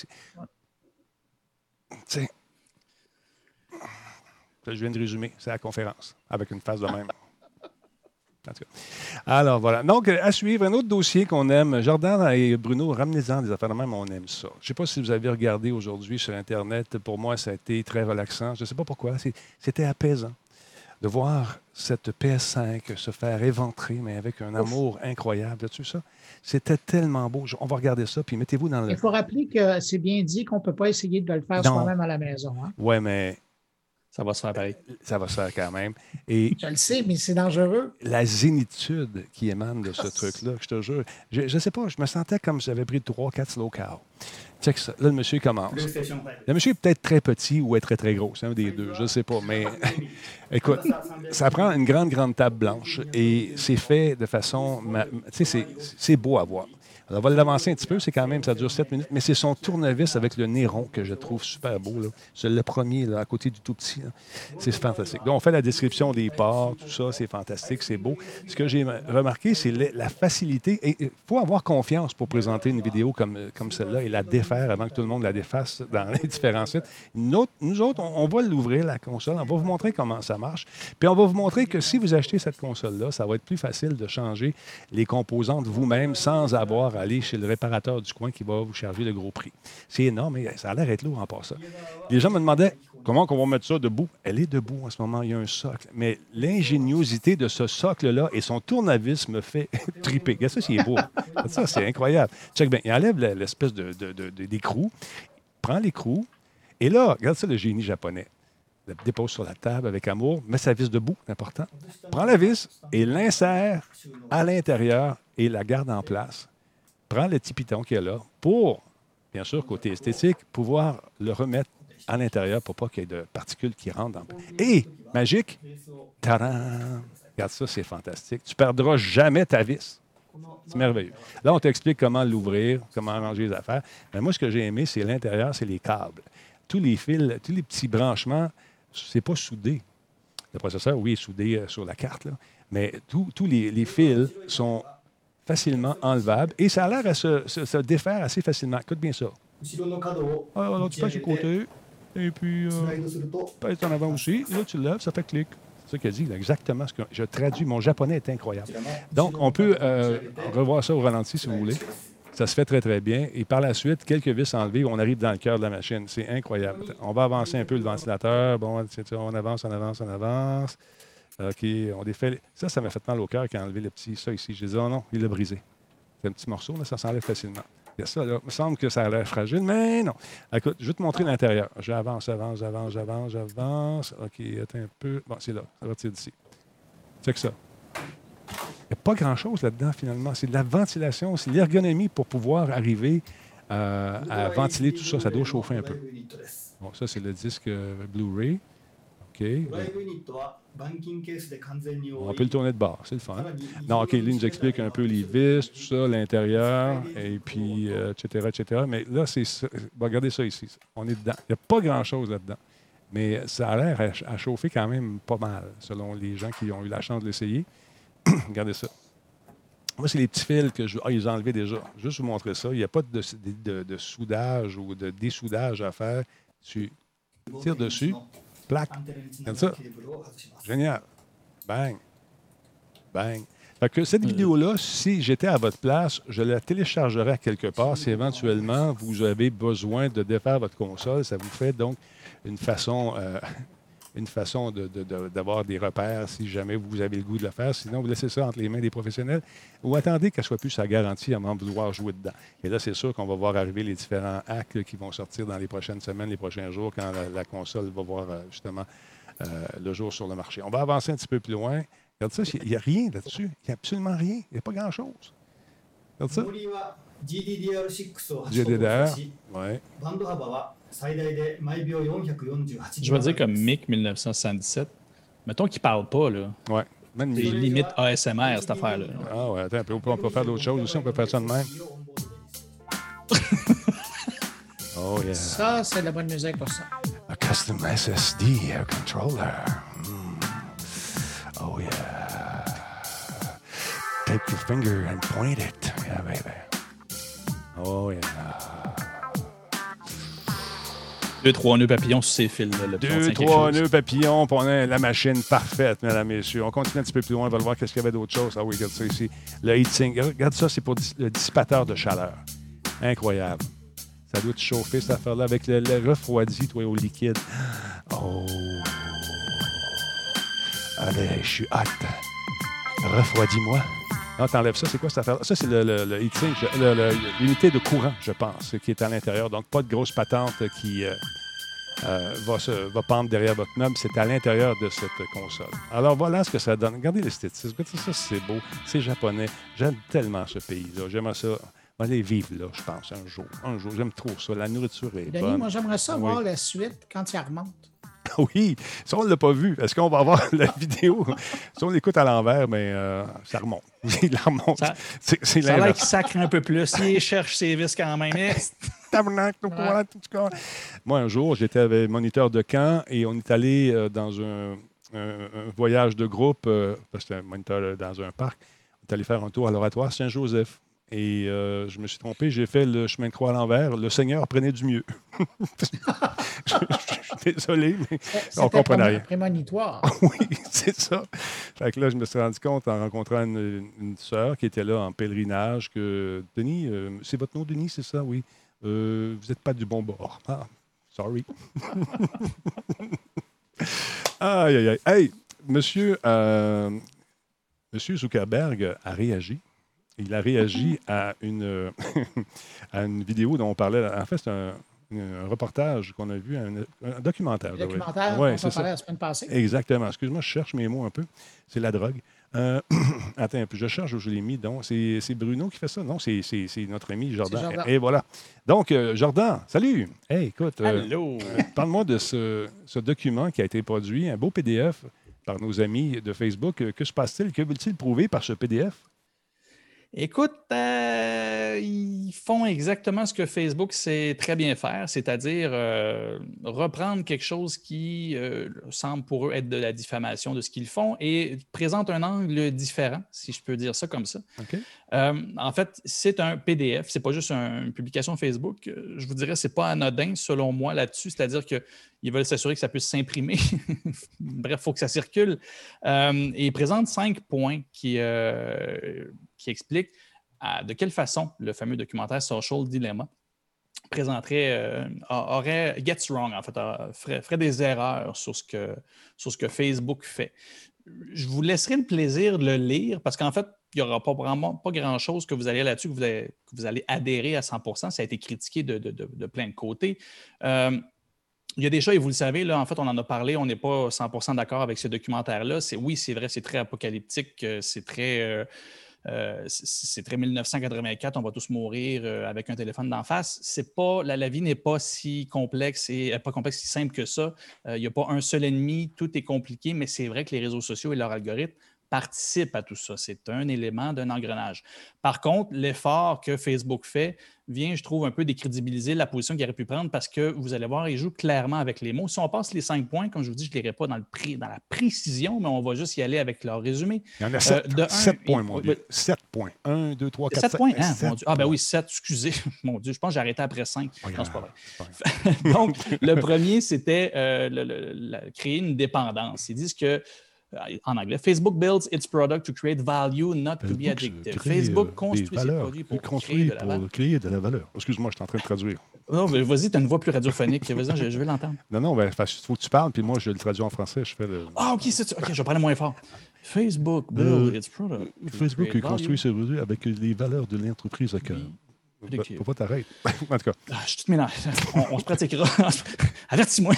Je viens de résumer. C'est la conférence avec une phase de même. En tout cas. Alors, voilà. Donc, à suivre, un autre dossier qu'on aime. Jordan et Bruno, ramenez-en des affaires de même, on aime ça. Je ne sais pas si vous avez regardé aujourd'hui sur Internet. Pour moi, ça a été très relaxant. Je ne sais pas pourquoi. C'était apaisant de voir cette PS5 se faire éventrer, mais avec un amour incroyable. As-tu ça? C'était tellement beau. On va regarder ça, puis mettez-vous dans le... Il faut rappeler que c'est bien dit qu'on ne peut pas essayer de le faire soi-même à la maison. Hein? Oui, mais... Ça va se faire pareil. Ça va se faire quand même. Et je le sais, mais c'est dangereux. La zénitude qui émane de ce truc-là, je te jure. Je ne sais pas, je me sentais comme si j'avais pris 3-4 slow cow. Check ça. Là, le monsieur commence. Le monsieur est peut-être très petit ou est très, très gros. C'est un des deux. Je ne sais pas. Mais écoute, ça prend une grande, grande table blanche et c'est fait de façon... Tu sais, c'est beau à voir. Alors, on va l'avancer un petit peu, c'est quand même, ça dure 7 minutes, mais c'est son tournevis avec le nez rond que je trouve super beau. Là. C'est le premier, là, à côté du tout petit. Là. C'est fantastique. Donc, on fait la description des ports, tout ça, c'est fantastique, c'est beau. Ce que j'ai remarqué, c'est la facilité. Et il faut avoir confiance pour présenter une vidéo comme celle-là et la défaire avant que tout le monde la défasse dans les différents sites. Nous autres, on va l'ouvrir, la console, on va vous montrer comment ça marche. Puis, on va vous montrer que si vous achetez cette console-là, ça va être plus facile de changer les composantes vous-même sans avoir à aller chez le réparateur du coin qui va vous charger le gros prix. C'est énorme, mais ça a l'air d'être lourd en passant. Les gens me demandaient comment on va mettre ça debout. Elle est debout en ce moment, il y a un socle. Mais l'ingéniosité de ce socle-là et son tournevis me fait triper. Regarde ça, c'est beau. Ça, c'est incroyable. Check bien, il enlève l'espèce d'écrou, prend l'écrou, et là, regarde ça, le génie japonais. la dépose sur la table avec amour, met sa vis debout, c'est important. Prends la vis et l'insère à l'intérieur et la garde en place. Prends le petit piton qui est là pour, bien sûr, côté esthétique, pouvoir le remettre à l'intérieur pour pas qu'il y ait de particules qui rentrent dans. Et, magique, tadam! Regarde ça, c'est fantastique. Tu ne perdras jamais ta vis. C'est merveilleux. Là, on t'explique comment l'ouvrir, comment arranger les affaires. Mais moi, ce que j'ai aimé, c'est l'intérieur, c'est les câbles. Tous les fils, tous les petits branchements, c'est pas soudé. Le processeur, oui, est soudé sur la carte, là. Mais tous les fils sont facilement enlevables et ça a l'air à se défaire assez facilement. Écoute bien ça. Alors, tu passes du côté et puis tu passes en avant aussi. Là, tu le lèves, ça fait clic. C'est ça qu'il a dit, là, exactement ce que je traduis. Mon japonais est incroyable. Donc, on peut revoir ça au ralenti si vous voulez. Ça se fait très, très bien. Et par la suite, quelques vis enlevées, on arrive dans le cœur de la machine. C'est incroyable. On va avancer un peu le ventilateur. Bon, on avance, on avance, on avance. OK, on défait. Ça m'a fait mal au cœur quand a enlevé le petit, ça ici. J'ai dit, oh non, il l'a brisé. C'est un petit morceau, mais ça s'enlève facilement. Il y a ça, là. Il me semble que ça a l'air fragile, mais non. Écoute, je vais te montrer l'intérieur. J'avance. OK, attends un peu. Bon, c'est là. Ça va tirer d'ici. C'est que ça. Il n'y a pas grand-chose là-dedans, finalement. C'est de la ventilation, c'est de l'ergonomie pour pouvoir arriver à ventiler tout ça. Ça doit chauffer un peu. Bon, ça, c'est le disque Blu-ray. OK. On peut le tourner de bord, c'est le fun. Non, OK, là, il nous explique un peu les vis, tout ça, l'intérieur, et puis, etc. Mais là, regardez ça ici. On est dedans. Il n'y a pas grand-chose là-dedans. Mais ça a l'air à chauffer quand même pas mal, selon les gens qui ont eu la chance de l'essayer. Regardez ça. Moi, c'est les petits fils que ils ont enlevés déjà. Juste vous montrer ça. Il n'y a pas de soudage ou de dessoudage à faire. Tu tires dessus, plaque. Regarde ça. Génial. Bang. Bang. Fait que cette vidéo-là, si j'étais à votre place, je la téléchargerais à quelque part si éventuellement vous avez besoin de défaire votre console. Ça vous fait donc une façon d'avoir des repères si jamais vous avez le goût de le faire. Sinon, vous laissez ça entre les mains des professionnels ou attendez qu'elle soit plus sa garantie avant de vouloir jouer dedans. Et là, c'est sûr qu'on va voir arriver les différents hacks là, qui vont sortir dans les prochaines semaines, les prochains jours, quand la console va voir justement le jour sur le marché. On va avancer un petit peu plus loin. Regarde ça, il n'y a rien là-dessus. Il n'y a absolument rien. Il n'y a pas grand-chose. Regarde ça. GDDR, oui. Je vais dire comme Mick 1977. Mettons qu'il ne parle pas, là. Oui. C'est limite ASMR, cette affaire-là. Ah ouais, attends un peu. On peut faire d'autres choses aussi. On peut faire ça de même. Oh yeah. Ça, c'est de la bonne musique pour ça. A custom SSD controller. Oh yeah. Take your finger and point it. Yeah, baby. Oh yeah. 2-3 nœuds papillons sur ces fils-là. 2-3 nœuds papillons, puis on a la machine parfaite, mesdames et messieurs. On continue un petit peu plus loin, on va le voir qu'est-ce qu'il y avait d'autre chose. Ah oui, regarde ça ici. Le heatsink. Regarde ça, c'est pour le dissipateur de chaleur. Incroyable. Ça doit te chauffer, cette affaire-là, avec le refroidi, toi, au liquide. Oh. Allez, je suis hâte. Refroidis-moi. Non, t'enlèves ça. C'est quoi cette affaire-là? Ça, c'est le heatsink, l'unité de courant, je pense, qui est à l'intérieur. Donc, pas de grosse patente qui va pendre derrière votre meuble. C'est à l'intérieur de cette console. Alors, voilà ce que ça donne. Regardez l'esthétisme. Ça, c'est beau. C'est japonais. J'aime tellement ce pays-là. J'aime ça. On va aller vivre là, je pense, un jour. Un jour. J'aime trop ça. La nourriture est Denis, bonne. moi, j'aimerais ça voir la suite quand il remonte. Oui, ça, on ne l'a pas vu. Est-ce qu'on va avoir la vidéo? Si on l'écoute à l'envers, mais ça remonte. Il remonte. C'est ça a l'air qu'il sacre un peu plus. Il cherche ses vis quand même. Moi, un jour, j'étais avec moniteur de camp et on est allé dans un voyage de groupe, parce que c'était un moniteur dans un parc. On est allé faire un tour à l'oratoire Saint-Joseph. Et je me suis trompé, j'ai fait le chemin de croix à l'envers. Le Seigneur prenait du mieux. Je suis désolé, mais on ne comprenait rien. Prémonitoire. Oui, c'est ça. Fait que là, je me suis rendu compte en rencontrant une sœur qui était là en pèlerinage que, Denis, c'est votre nom, Denis, c'est ça? Oui. Vous n'êtes pas du bon bord. Ah, sorry. Aïe, aïe, aïe. Hey, monsieur Zuckerberg a réagi. Il a réagi à une vidéo dont on parlait. En fait, c'est un reportage qu'on a vu, un documentaire. Le documentaire Oui, dont c'est on parlait ça. la semaine passée. Exactement. Excuse-moi, je cherche mes mots un peu. C'est la drogue. Attends un peu, je cherche où je l'ai mis. Donc, c'est Bruno qui fait ça? Non, c'est notre ami Jordan. C'est Jordan. Et voilà. Donc, Jordan, salut! Hey, écoute, Allô! parle-moi de ce document qui a été produit, un beau PDF par nos amis de Facebook. Que se passe-t-il? Que veulent-ils prouver par ce PDF? Écoute, ils font exactement ce que Facebook sait très bien faire, c'est-à-dire reprendre quelque chose qui semble pour eux être de la diffamation de ce qu'ils font et présente un angle différent, si je peux dire ça comme ça. OK. En fait, c'est un PDF, c'est pas juste une publication Facebook. Je vous dirais, c'est pas anodin selon moi là-dessus, c'est-à-dire qu'ils veulent s'assurer que ça puisse s'imprimer. Bref, il faut que ça circule. Et ils présentent 5 points qui expliquent de quelle façon le fameux documentaire Social Dilemma gets wrong, en fait, ferait des erreurs sur ce que Facebook fait. Je vous laisserai le plaisir de le lire parce qu'en fait, il n'y aura pas grand-chose que vous allez là-dessus, que vous allez adhérer à 100%. Ça a été critiqué de plein de côtés. Il y a des choses, et vous le savez, là, en fait, on en a parlé, on n'est pas 100% d'accord avec ce documentaire-là. Oui, c'est vrai, c'est très apocalyptique, c'est très 1984, on va tous mourir avec un téléphone d'en face. La vie n'est pas si complexe et pas complexe, si simple que ça. Il n'y a pas un seul ennemi, tout est compliqué, mais c'est vrai que les réseaux sociaux et leurs algorithmes participent à tout ça. C'est un élément d'un engrenage. Par contre, l'effort que Facebook fait vient, je trouve, un peu décrédibiliser la position qu'il aurait pu prendre parce que vous allez voir, il joue clairement avec les mots. Si on passe les 5 points, comme je vous dis, je ne les lirai pas dans la précision, mais on va juste y aller avec leur résumé. Il y en a 7 points, mon Dieu. 7 points. 1, 2, 3, 4, 5. 7 points, hein, 7 mon Dieu. Ah ben oui, 7, excusez. Mon Dieu, je pense que j'ai arrêté après 5. Non, c'est pas vrai. Pas Donc, le premier, c'était créer une dépendance. Ils disent que en anglais, Facebook builds its product to create value, not to be addictive. Facebook construit ses produits pour créer de la valeur. Excuse-moi, je suis en train de traduire. Non, mais vas-y, tu as une voix plus radiophonique. Vas-y, je vais l'entendre. Non, il faut que tu parles, puis moi, je le traduis en français. Je fais le... Ah, OK, OK, je vais parler moins fort. Facebook builds its product. Facebook construit ses produits avec les valeurs de l'entreprise à cœur. Faut pas t'arrêter. En tout cas. Je suis tout mélangé. On se pratiquera. Avertis-moi.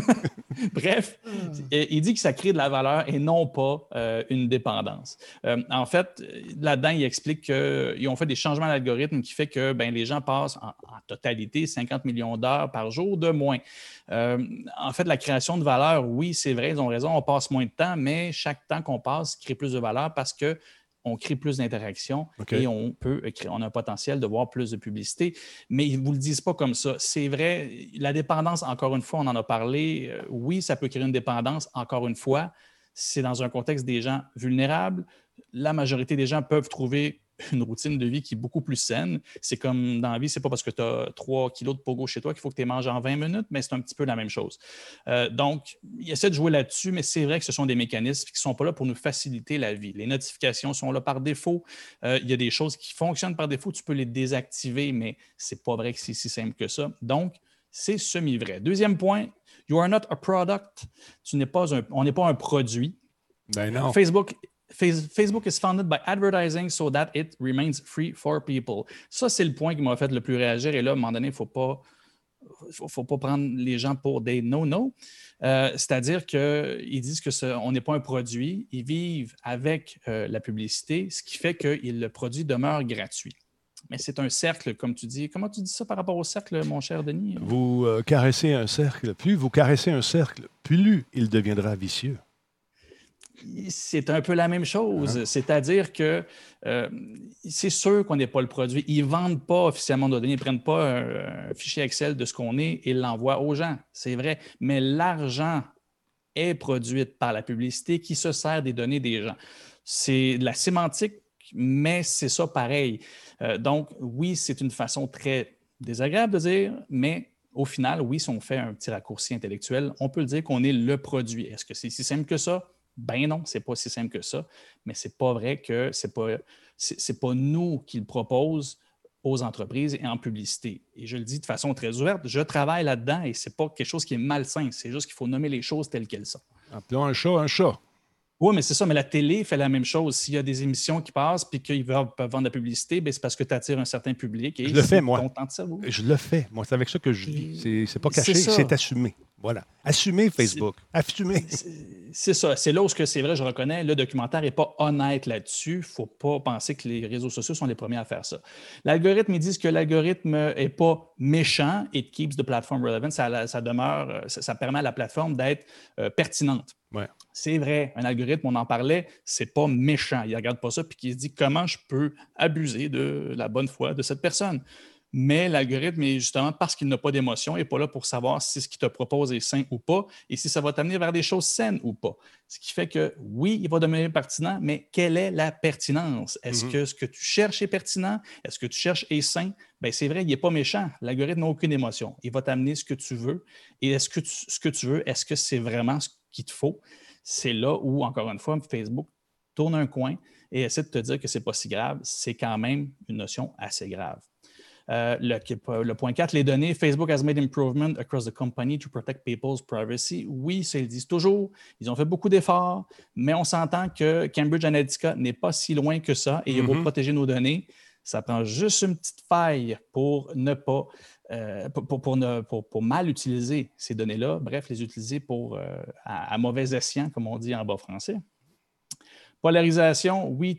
Bref, il dit que ça crée de la valeur et non pas une dépendance. En fait, là-dedans, il explique qu'ils ont fait des changements d'algorithme qui fait que les gens passent en totalité 50 millions d'heures par jour de moins. En fait, la création de valeur, oui, c'est vrai, ils ont raison, on passe moins de temps, mais chaque temps qu'on passe crée plus de valeur parce que on crée plus d'interactions et on a un potentiel de voir plus de publicité. Mais ils ne vous le disent pas comme ça. C'est vrai, la dépendance, encore une fois, on en a parlé. Oui, ça peut créer une dépendance. Encore une fois, c'est dans un contexte des gens vulnérables. La majorité des gens peuvent trouver une routine de vie qui est beaucoup plus saine. C'est comme dans la vie, c'est pas parce que tu as 3 kilos de pogo chez toi qu'il faut que tu les manges en 20 minutes, mais c'est un petit peu la même chose. Donc, il essaie de jouer là-dessus, mais c'est vrai que ce sont des mécanismes qui ne sont pas là pour nous faciliter la vie. Les notifications sont là par défaut. Il y a des choses qui fonctionnent par défaut, tu peux les désactiver, mais c'est pas vrai que c'est si simple que ça. Donc, c'est semi-vrai. Deuxième point, you are not a product. On n'est pas un produit. Ben non. Facebook is founded by advertising so that it remains free for people. Ça, c'est le point qui m'a fait le plus réagir. Et là, à un moment donné, il ne faut pas prendre les gens pour des no-no. C'est-à-dire qu'ils disent qu'on n'est pas un produit. Ils vivent avec la publicité, ce qui fait que le produit demeure gratuit. Mais c'est un cercle, comme tu dis. Comment tu dis ça par rapport au cercle, mon cher Denis? Vous caressez un cercle. Plus vous caressez un cercle, plus il deviendra vicieux. C'est un peu la même chose. C'est-à-dire que c'est sûr qu'on n'est pas le produit. Ils ne vendent pas officiellement nos données. Ils ne prennent pas un fichier Excel de ce qu'on est et l'envoient aux gens. C'est vrai. Mais l'argent est produit par la publicité qui se sert des données des gens. C'est de la sémantique, mais c'est ça pareil. Donc, oui, c'est une façon très désagréable de dire, mais au final, oui, si on fait un petit raccourci intellectuel, on peut dire qu'on est le produit. Est-ce que c'est si simple que ça? Ben non, c'est pas si simple que ça, mais c'est pas vrai que c'est pas nous qui le propose aux entreprises et en publicité. Et je le dis de façon très ouverte, je travaille là-dedans et c'est pas quelque chose qui est malsain, c'est juste qu'il faut nommer les choses telles qu'elles sont. Appelons un chat un chat. Oui, mais c'est ça, mais la télé fait la même chose. S'il y a des émissions qui passent et qu'ils peuvent vendre de la publicité, c'est parce que tu attires un certain public. Et Je le fais, moi. Content de ça, vous. Je le fais. Moi, c'est avec ça que je vis. C'est pas caché, C'est ça. c'est assumé. Voilà. Assumer Facebook. Assumer. C'est ça. C'est là où c'est vrai, je reconnais, le documentaire n'est pas honnête là-dessus. Il ne faut pas penser que les réseaux sociaux sont les premiers à faire ça. L'algorithme, ils disent que l'algorithme n'est pas méchant. It keeps the platform relevant. Ça demeure, ça permet à la plateforme d'être pertinente. Ouais. C'est vrai, un algorithme, on en parlait, c'est pas méchant. Il ne regarde pas ça puis il se dit comment je peux abuser de la bonne foi de cette personne. Mais l'algorithme est justement parce qu'il n'a pas d'émotion, il n'est pas là pour savoir si ce qu'il te propose est sain ou pas et si ça va t'amener vers des choses saines ou pas. Ce qui fait que oui, il va devenir pertinent, mais quelle est la pertinence? Est-ce que ce que tu cherches est pertinent? Est-ce que tu cherches est sain? Bien, c'est vrai, il n'est pas méchant. L'algorithme n'a aucune émotion. Il va t'amener ce que tu veux. Et est-ce que ce que tu veux, est-ce que c'est vraiment ce qu'il te faut? C'est là où, encore une fois, Facebook tourne un coin et essaie de te dire que ce n'est pas si grave. C'est quand même une notion assez grave. Le point 4, les données. Facebook has made improvement across the company to protect people's privacy. Oui, ça, ils le disent toujours. Ils ont fait beaucoup d'efforts, mais on s'entend que Cambridge Analytica n'est pas si loin que ça et il faut protéger nos données. Ça prend juste une petite faille pour ne pas, pour mal utiliser ces données-là. Bref, les utiliser à mauvais escient, comme on dit en bas français. Polarisation, we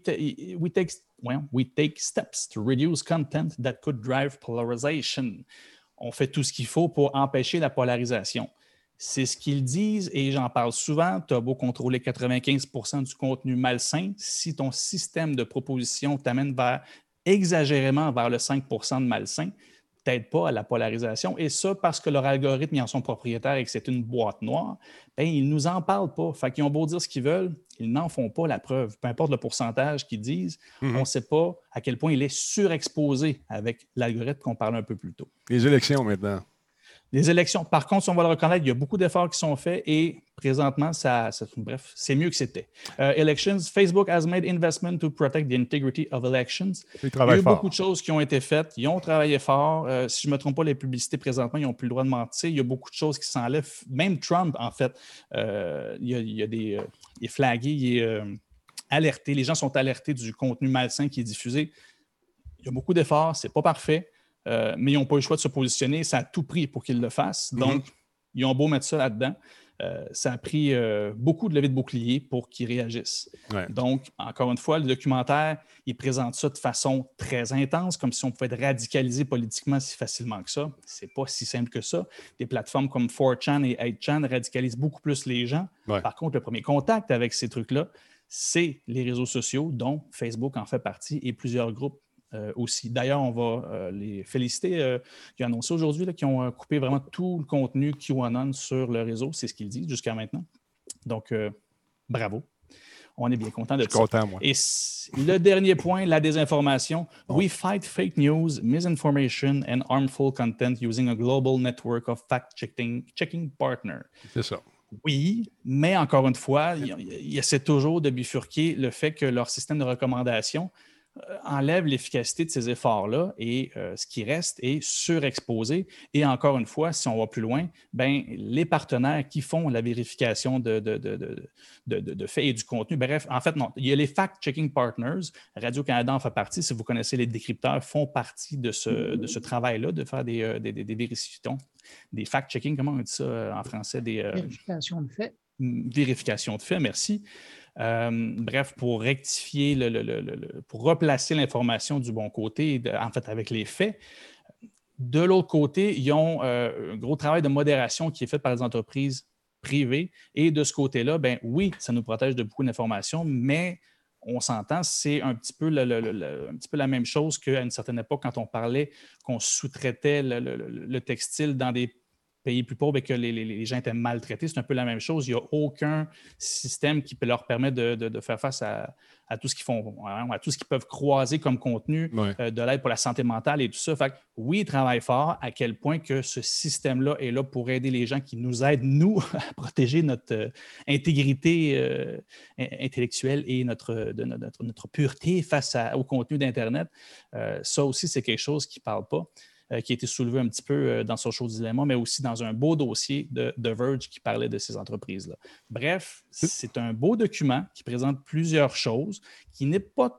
take steps to reduce content that could drive polarization. On fait tout ce qu'il faut pour empêcher la polarisation. C'est ce qu'ils disent et j'en parle souvent. Tu as beau contrôler 95% du contenu malsain, si ton système de proposition t'amène exagérément vers le 5% de malsain, t'aide pas à la polarisation. Et ça, parce que leur algorithme, ils en sont propriétaires et que c'est une boîte noire, bien, ils ne nous en parlent pas. Fait qu'ils ont beau dire ce qu'ils veulent, ils n'en font pas la preuve. Peu importe le pourcentage qu'ils disent, on ne sait pas à quel point il est surexposé avec l'algorithme qu'on parlait un peu plus tôt. Les élections maintenant. Les élections, par contre, on va le reconnaître, il y a beaucoup d'efforts qui sont faits et présentement, bref, c'est mieux que c'était. Elections, Facebook has made investment to protect the integrity of elections. Il y a eu beaucoup de choses qui ont été faites. Ils ont travaillé fort. Si je ne me trompe pas, les publicités présentement, ils n'ont plus le droit de mentir. Il y a beaucoup de choses qui s'enlèvent. Même Trump, en fait, il est flagué, il est alerté. Les gens sont alertés du contenu malsain qui est diffusé. Il y a beaucoup d'efforts. Ce n'est pas parfait. Mais ils n'ont pas eu le choix de se positionner. Ça a tout pris pour qu'ils le fassent. Donc, ils ont beau mettre ça là-dedans. Ça a pris beaucoup de levée de boucliers pour qu'ils réagissent. Ouais. Donc, encore une fois, le documentaire, il présente ça de façon très intense, comme si on pouvait être radicalisé politiquement si facilement que ça. C'est pas si simple que ça. Des plateformes comme 4chan et 8chan radicalisent beaucoup plus les gens. Ouais. Par contre, le premier contact avec ces trucs-là, c'est les réseaux sociaux, dont Facebook en fait partie, et plusieurs groupes aussi. D'ailleurs, on va les féliciter. Ils ont annoncé aujourd'hui qu'ils ont coupé vraiment tout le contenu QAnon sur le réseau. C'est ce qu'ils disent jusqu'à maintenant. Donc, bravo. On est bien content de ça. Je suis content, moi. Et le dernier point, la désinformation. We fight fake news, misinformation and harmful content using a global network of fact-checking partners. C'est ça. Oui, mais encore une fois, ils essaient toujours de bifurquer le fait que leur système de recommandation enlève l'efficacité de ces efforts-là et ce qui reste est surexposé. Et encore une fois, si on va plus loin, ben, les partenaires qui font la vérification de faits et du contenu, bref, en fait, non, il y a les fact-checking partners. Radio-Canada en fait partie. Si vous connaissez les décrypteurs, font partie de ce travail-là, de faire des vérifications, des fact-checking, comment on dit ça en français? Vérification de faits. Vérification de faits, merci. Bref, pour rectifier, pour replacer l'information du bon côté, en fait, avec les faits. De l'autre côté, ils ont un gros travail de modération qui est fait par les entreprises privées. Et de ce côté-là, ben oui, ça nous protège de beaucoup d'informations, mais on s'entend, c'est un petit peu la même chose qu'à une certaine époque, quand on parlait qu'on sous-traitait le textile dans des pays plus pauvres et que les gens étaient maltraités, c'est un peu la même chose. Il n'y a aucun système qui leur permet de faire face à tout ce qu'ils font, à tout ce qu'ils peuvent croiser comme contenu, de l'aide pour la santé mentale et tout ça. Fait que, oui, ils travaillent fort, à quel point que ce système-là est là pour aider les gens qui nous aident, nous, à protéger notre intégrité intellectuelle et notre pureté face au contenu d'Internet. Ça aussi, c'est quelque chose qui ne parle pas. qui a été soulevé un petit peu dans Social Dilemma, mais aussi dans un beau dossier de The Verge qui parlait de ces entreprises-là. Bref, c'est un beau document qui présente plusieurs choses, qui n'est pas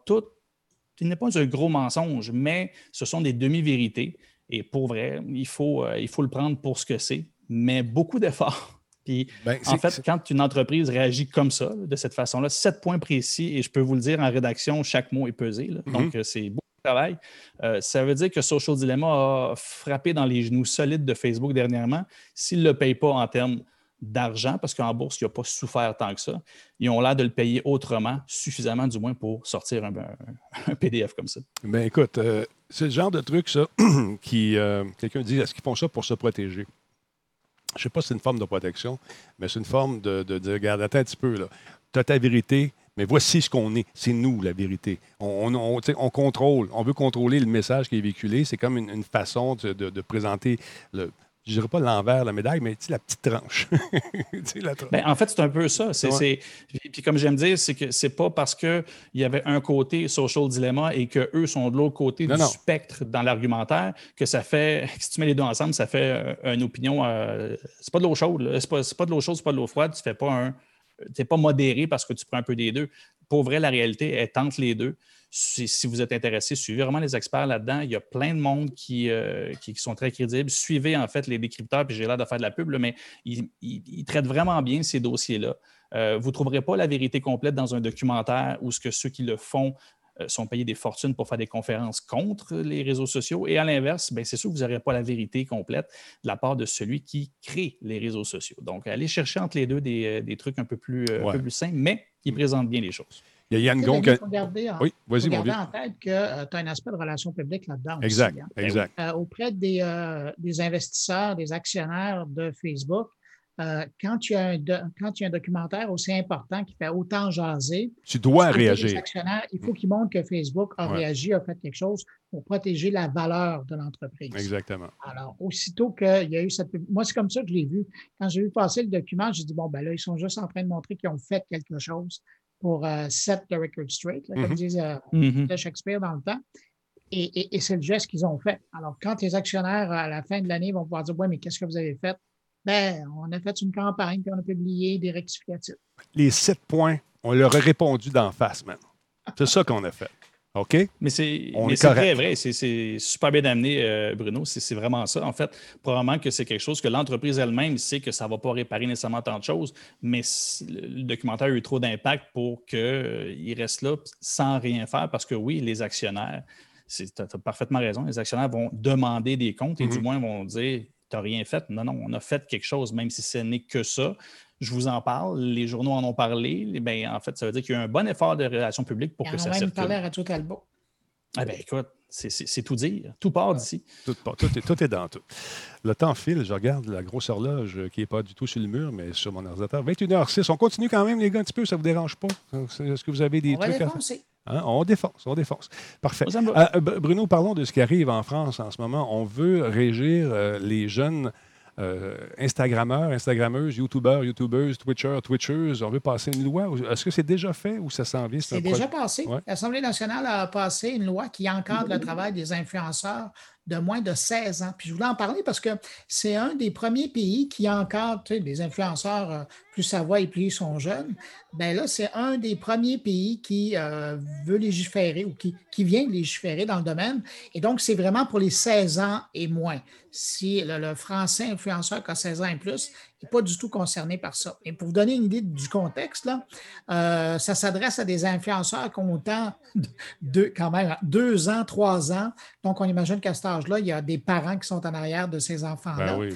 un gros mensonge, mais ce sont des demi-vérités. Et pour vrai, il faut le prendre pour ce que c'est, mais beaucoup d'efforts. Puis, en fait, quand une entreprise réagit comme ça, de cette façon-là, 7 points précis, et je peux vous le dire en rédaction, chaque mot est pesé, là, donc c'est beaucoup de travail. Ça veut dire que Social Dilemma a frappé dans les genoux solides de Facebook dernièrement. S'ils ne le payent pas en termes d'argent, parce qu'en bourse, il n'a pas souffert tant que ça, ils ont l'air de le payer autrement, suffisamment du moins pour sortir un PDF comme ça. Bien, écoute, c'est le genre de truc, ça, qui, quelqu'un dit, est-ce qu'ils font ça pour se protéger? Je ne sais pas si c'est une forme de protection, mais c'est une forme de regarde, attends un petit peu, là. Tu as ta vérité, mais voici ce qu'on est. C'est nous, la vérité. On contrôle. On veut contrôler le message qui est véhiculé. C'est comme une façon de présenter je ne dirais pas l'envers de la médaille, mais la petite tranche. En fait, c'est un peu ça. Puis comme j'aime dire, c'est que c'est pas parce qu'il y avait un côté Social Dilemma et qu'eux sont de l'autre côté du spectre dans l'argumentaire que ça fait, si tu mets les deux ensemble, ça fait une opinion. C'est pas de l'eau chaude. C'est pas de l'eau chaude, c'est pas de l'eau froide. Tu n'es pas modéré parce que tu prends un peu des deux. Pour vrai, la réalité est entre les deux. Si vous êtes intéressé, suivez vraiment les experts là-dedans. Il y a plein de monde qui sont très crédibles. Suivez en fait les décrypteurs, puis j'ai l'air de faire de la pub, là, mais ils traitent vraiment bien ces dossiers-là. Vous ne trouverez pas la vérité complète dans un documentaire où ceux qui le font sont payés des fortunes pour faire des conférences contre les réseaux sociaux. Et à l'inverse, c'est sûr que vous n'aurez pas la vérité complète de la part de celui qui crée les réseaux sociaux. Donc, allez chercher entre les deux des trucs un peu plus simples, mais qui présentent bien les choses. Il y a Yann Gon qui... Il faut garder en tête que tu as un aspect de relations publiques là-dedans. Exact, aussi, hein. Exact. Auprès des investisseurs, des actionnaires de Facebook, quand il y a un documentaire aussi important qui fait autant jaser, tu dois réagir. Les actionnaires, il faut qu'ils montrent que Facebook a réagi, a fait quelque chose pour protéger la valeur de l'entreprise. Exactement. Alors, aussitôt qu'il y a eu cette... Moi, c'est comme ça que je l'ai vu. Quand j'ai vu passer le document, j'ai dit, là, ils sont juste en train de montrer qu'ils ont fait quelque chose pour set the record straight, là, comme disait Shakespeare dans le temps. Et c'est le geste qu'ils ont fait. Alors, quand les actionnaires, à la fin de l'année, vont pouvoir dire, oui, mais qu'est-ce que vous avez fait? On a fait une campagne, puis on a publié des rectificatifs. Les 7 points, on leur a répondu d'en face, même. C'est ça qu'on a fait. OK? Mais c'est très vrai. C'est super bien amené, Bruno. C'est vraiment ça. En fait, probablement que c'est quelque chose que l'entreprise elle-même sait que ça ne va pas réparer nécessairement tant de choses, mais le documentaire a eu trop d'impact pour qu'il reste là sans rien faire parce que oui, les actionnaires, tu as parfaitement raison, les actionnaires vont demander des comptes et du moins vont dire « tu n'as rien fait ». Non, on a fait quelque chose, même si ce n'est que ça. Je vous en parle, les journaux en ont parlé. En fait, ça veut dire qu'il y a eu un bon effort de relations publiques pour que ça circule. On a même parlé à Radio Talbot. Écoute, c'est tout dire. Tout part d'ici. Tout est dans tout. Le temps file. Je regarde la grosse horloge qui n'est pas du tout sur le mur, mais sur mon ordinateur. 21h06. On continue quand même, les gars, un petit peu. Ça ne vous dérange pas? Est-ce que vous avez des trucs à faire? Hein? On défonce. Parfait. Bruno, parlons de ce qui arrive en France en ce moment. On veut régir les jeunes Instagrammeurs, Instagrammeuses, YouTubeuses, Twitchers. On veut passer une loi. Est-ce que c'est déjà fait ou ça s'en vient? C'est déjà passé. Ouais. L'Assemblée nationale a passé une loi qui encadre le travail des influenceurs de moins de 16 ans. Puis je voulais en parler parce que c'est un des premiers pays qui encadre les influenceurs, plus ça va et plus ils sont jeunes. Là, c'est un des premiers pays qui veut légiférer ou qui vient légiférer dans le domaine. Et donc, c'est vraiment pour les 16 ans et moins. Si le Français influenceur qui a 16 ans et plus n'est pas du tout concerné par ça. Et pour vous donner une idée du contexte, là, ça s'adresse à des influenceurs qui ont quand même 2 ans, 3 ans. Donc, on imagine qu'à cet âge-là, il y a des parents qui sont en arrière de ces enfants-là. Oui.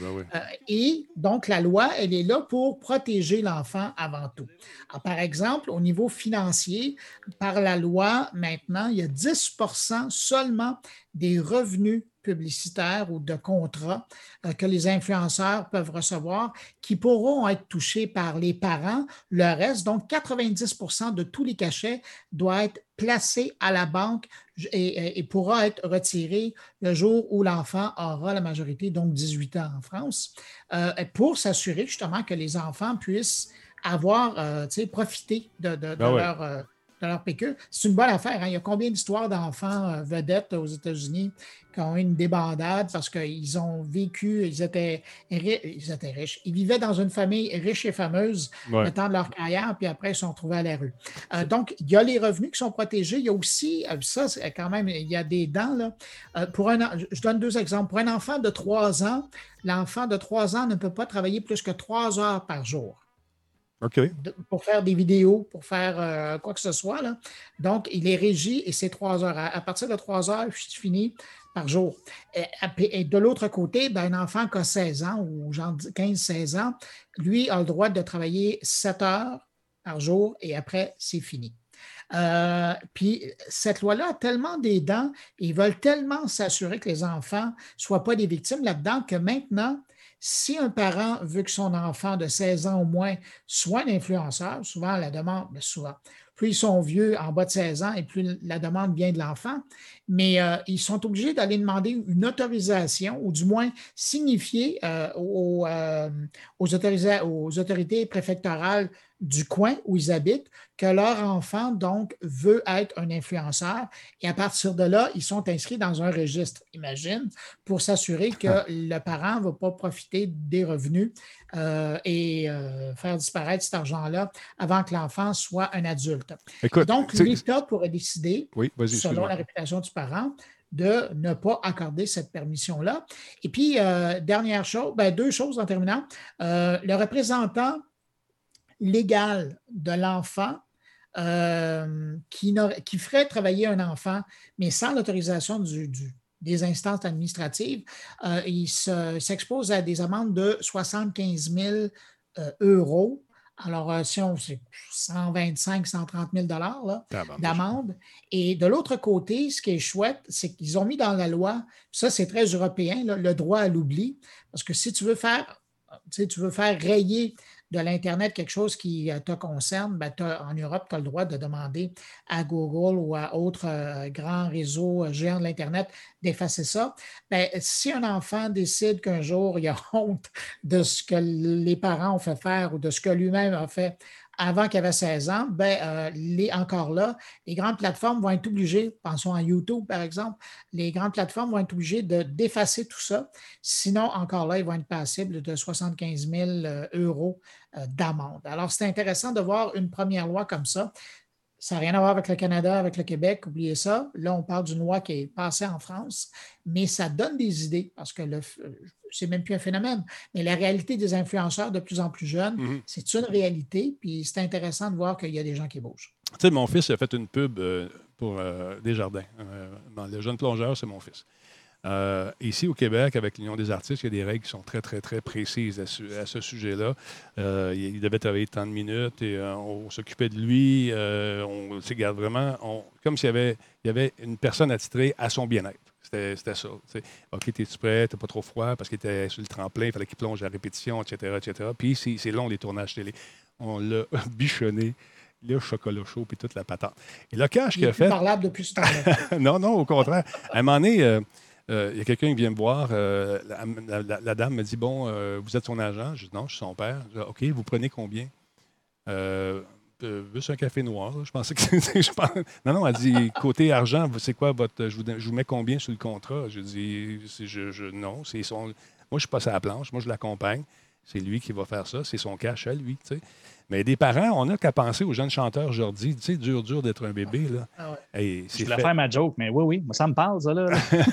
Et donc, la loi, elle est là pour protéger l'enfant avant tout. Alors, par exemple, au niveau financier, par la loi, maintenant, il y a 10% seulement des revenus publicitaires ou de contrats que les influenceurs peuvent recevoir qui pourront être touchés par les parents. Le reste, donc 90% de tous les cachets, doit être placé à la banque et pourra être retiré le jour où l'enfant aura la majorité, donc 18 ans en France, pour s'assurer justement que les enfants puissent avoir, profiter de de leur PQ. C'est une bonne affaire. Hein? Il y a combien d'histoires d'enfants vedettes aux États-Unis qui ont eu une débandade parce qu'ils ont vécu, ils étaient riches. Ils vivaient dans une famille riche et fameuse le temps de leur carrière, puis après, ils se sont retrouvés à la rue. Donc, il y a les revenus qui sont protégés. Il y a aussi, ça, c'est quand même, il y a des dents. Là. Je donne 2 exemples. Pour un enfant de 3 ans, l'enfant de 3 ans ne peut pas travailler plus que 3 heures par jour. OK. Pour faire des vidéos, pour faire quoi que ce soit. Là. Donc, il est régi et c'est 3 heures. À partir de 3 heures, c'est fini par jour. Et de l'autre côté, un enfant qui a 16 ans ou genre 15-16 ans, lui a le droit de travailler 7 heures par jour et après, c'est fini. Puis cette loi-là a tellement des dents, ils veulent tellement s'assurer que les enfants ne soient pas des victimes là-dedans que maintenant, si un parent veut que son enfant de 16 ans au moins soit un influenceur, souvent la demande, souvent, plus ils sont vieux, en bas de 16 ans, et plus la demande vient de l'enfant, mais ils sont obligés d'aller demander une autorisation, ou du moins signifier aux autorités préfectorales du coin où ils habitent que leur enfant, donc, veut être un influenceur. Et à partir de là, ils sont inscrits dans un registre, imagine, pour s'assurer que le parent ne va pas profiter des revenus et faire disparaître cet argent-là avant que l'enfant soit un adulte. Écoute, donc, l'État pourrait décider, selon la réputation du parent, de ne pas accorder cette permission-là. Et puis, dernière chose, 2 choses en terminant. Le représentant légal de l'enfant qui ferait travailler un enfant, mais sans l'autorisation des instances administratives, il s'expose à des amendes de 75 000 euros. Alors, si c'est 125 130 000 là, d'amende. Et de l'autre côté, ce qui est chouette, c'est qu'ils ont mis dans la loi, ça c'est très européen, là, le droit à l'oubli, parce que si tu veux faire rayer de l'Internet quelque chose qui te concerne, en Europe, tu as le droit de demander à Google ou à autres grands réseaux géants de l'Internet d'effacer ça. Si un enfant décide qu'un jour, il a honte de ce que les parents ont fait faire ou de ce que lui-même a fait avant qu'il avait 16 ans, encore là, les grandes plateformes vont être obligées, pensons à YouTube par exemple, les grandes plateformes vont être obligées d'effacer tout ça. Sinon, encore là, ils vont être passibles de 75 000 euros d'amende. Alors, c'est intéressant de voir une première loi comme ça. Ça n'a rien à voir avec le Canada, avec le Québec, oubliez ça. Là, on parle d'une loi qui est passée en France, mais ça donne des idées parce que c'est même plus un phénomène. Mais la réalité des influenceurs de plus en plus jeunes, c'est une réalité, puis c'est intéressant de voir qu'il y a des gens qui bougent. Tu sais, mon fils a fait une pub pour Desjardins. Le jeune plongeur, c'est mon fils. Ici, au Québec, avec l'Union des artistes, il y a des règles qui sont très, très, très précises à ce sujet-là. Il devait travailler tant de minutes et on s'occupait de lui. On se garde vraiment comme s'il y avait une personne attitrée à son bien-être. C'était ça. T'sais. OK, t'es-tu prêt? T'as pas trop froid parce qu'il était sur le tremplin, il fallait qu'il plonge à répétition, etc., etc. Puis c'est long, les tournages télé. On l'a bichonné. Le chocolat chaud puis toute la patente. Et le cash qu'il a fait... Il est parlable depuis ce temps-là. Non, au contraire. À un moment donné... il y a quelqu'un qui vient me voir. La dame me dit, bon, vous êtes son agent? Je dis, non, je suis son père. Je dis, OK, vous prenez combien? Juste un café noir. Là. Je pensais que Non, elle dit, côté argent, c'est quoi votre... Je vous mets combien sur le contrat? Je dis, non, c'est son... Moi, je passe à la planche. Moi, je l'accompagne. C'est lui qui va faire ça. C'est son cash à lui, tu sais. Mais des parents, on n'a qu'à penser aux jeunes chanteurs Jordi. Tu sais, dur d'être un bébé, là. Ah ouais. Hey, je voulais faire ma joke, mais oui, ça me parle, ça, là.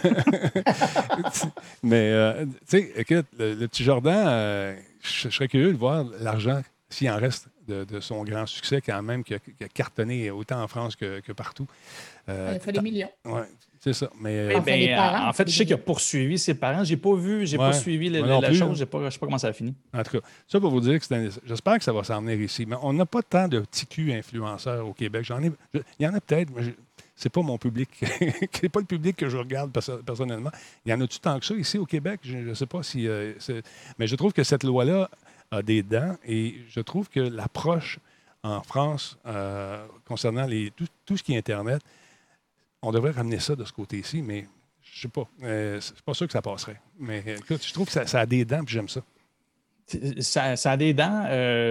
Mais, tu sais, écoute, le petit Jordan, je serais curieux de voir l'argent, s'il en reste de son grand succès, quand même, qui a cartonné autant en France que partout. Il a fait des millions. Oui. C'est ça. Mais, en fait, je sais qu'il a poursuivi ses parents. J'ai pas suivi la chose. Je ne sais pas comment ça a fini. En tout cas, ça pour vous dire que j'espère que ça va s'en venir ici. Mais on n'a pas tant de petits culs influenceurs au Québec. Il y en a peut-être, mais c'est pas mon public. C'est pas le public que je regarde personnellement. Il y en a-tu tant que ça ici au Québec? Je ne sais pas si... mais je trouve que cette loi-là a des dents et je trouve que l'approche en France concernant tout ce qui est Internet, on devrait ramener ça de ce côté-ci, mais je sais pas. C'est pas sûr que ça passerait. Mais écoute, je trouve que ça a des dents et j'aime ça. Ça a des dents.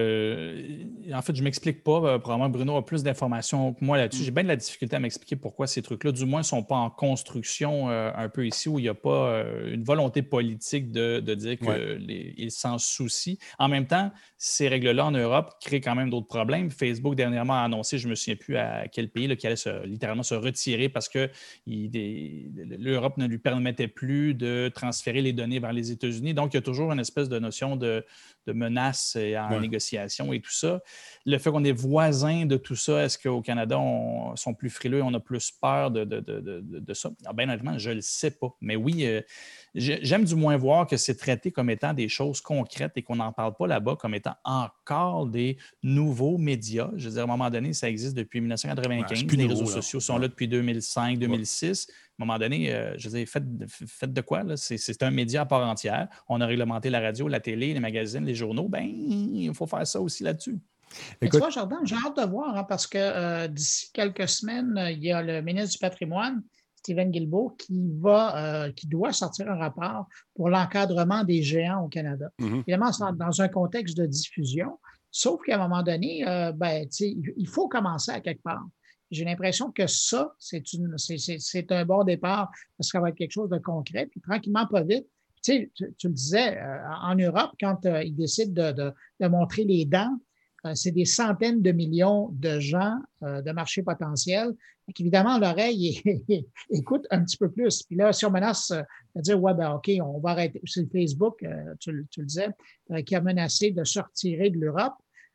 En fait, je ne m'explique pas. Probablement, Bruno a plus d'informations que moi là-dessus. J'ai bien de la difficulté à m'expliquer pourquoi ces trucs-là, du moins, ne sont pas en construction un peu ici, où il n'y a pas une volonté politique de dire qu'ils s'en soucient. En même temps, ces règles-là en Europe créent quand même d'autres problèmes. Facebook, dernièrement, a annoncé, je ne me souviens plus à quel pays, là, qui allait littéralement se retirer parce que l'Europe ne lui permettait plus de transférer les données vers les États-Unis. Donc, il y a toujours une espèce de notion de menaces en négociation et tout ça. Le fait qu'on est voisins de tout ça, est-ce qu'au Canada, on sont plus frileux, on a plus peur de ça? Bien honnêtement, je ne le sais pas. Mais oui, j'aime du moins voir que c'est traité comme étant des choses concrètes et qu'on n'en parle pas là-bas comme étant encore des nouveaux médias. Je veux dire, à un moment donné, ça existe depuis 1995. Les réseaux sociaux sont là depuis 2005, 2006. À un moment donné, je veux dire, faites de quoi? Là? C'est un média à part entière. On a réglementé la radio, la télé, les magazines, les journaux. Ben, il faut faire ça aussi là-dessus. Écoute, tu vois, Jordan, j'ai hâte de voir parce que d'ici quelques semaines, il y a le ministre du Patrimoine, Stephen Guilbeault, qui doit sortir un rapport pour l'encadrement des géants au Canada. Évidemment, c'est dans un contexte de diffusion, sauf qu'à un moment donné, il faut commencer à quelque part. J'ai l'impression que ça, c'est un bon départ parce que ça va être quelque chose de concret. Puis tranquillement, pas vite. Tu le disais, en Europe, quand ils décident de montrer les dents, c'est des centaines de millions de gens de marché potentiel. Donc, évidemment, l'oreille écoute un petit peu plus. Puis là, si on menace de dire, ouais, ben OK, on va arrêter. C'est le Facebook, tu le disais, qui a menacé de se retirer de l'Europe.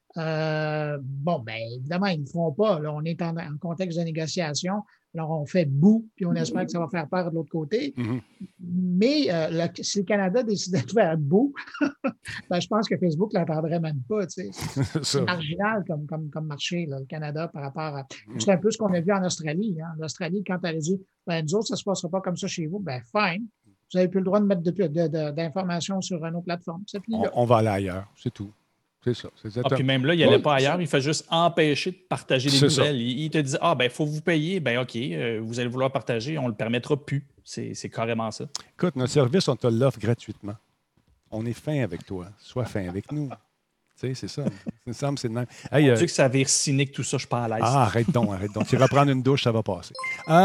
Évidemment, ils ne le feront pas. Là, on est en contexte de négociation. Alors, on fait bout, puis on espère que ça va faire peur de l'autre côté. Mais si le Canada décidait de faire bout, je pense que Facebook ne l'entendrait même pas. C'est marginal comme marché, là, le Canada, par rapport à... C'est un peu ce qu'on a vu en Australie. Hein. L'Australie, quand elle a dit, nous autres, ça ne se passera pas comme ça chez vous, fine. Vous n'avez plus le droit de mettre d'informations sur nos plateformes. On va aller ailleurs, c'est tout. C'est ça. Puis même là, il n'allait pas ailleurs, il fait juste empêcher de partager les nouvelles. Il te dit, il faut vous payer, OK, vous allez vouloir partager, on ne le permettra plus. C'est carrément ça. Écoute, notre service, on te l'offre gratuitement. On est fin avec toi. Sois fin avec nous. Tu sais, c'est ça. Il me semble que c'est le même. Hey, on dit que ça vire cynique, tout ça, je suis pas à l'aise. Arrête donc. Tu vas prendre une douche, ça va passer.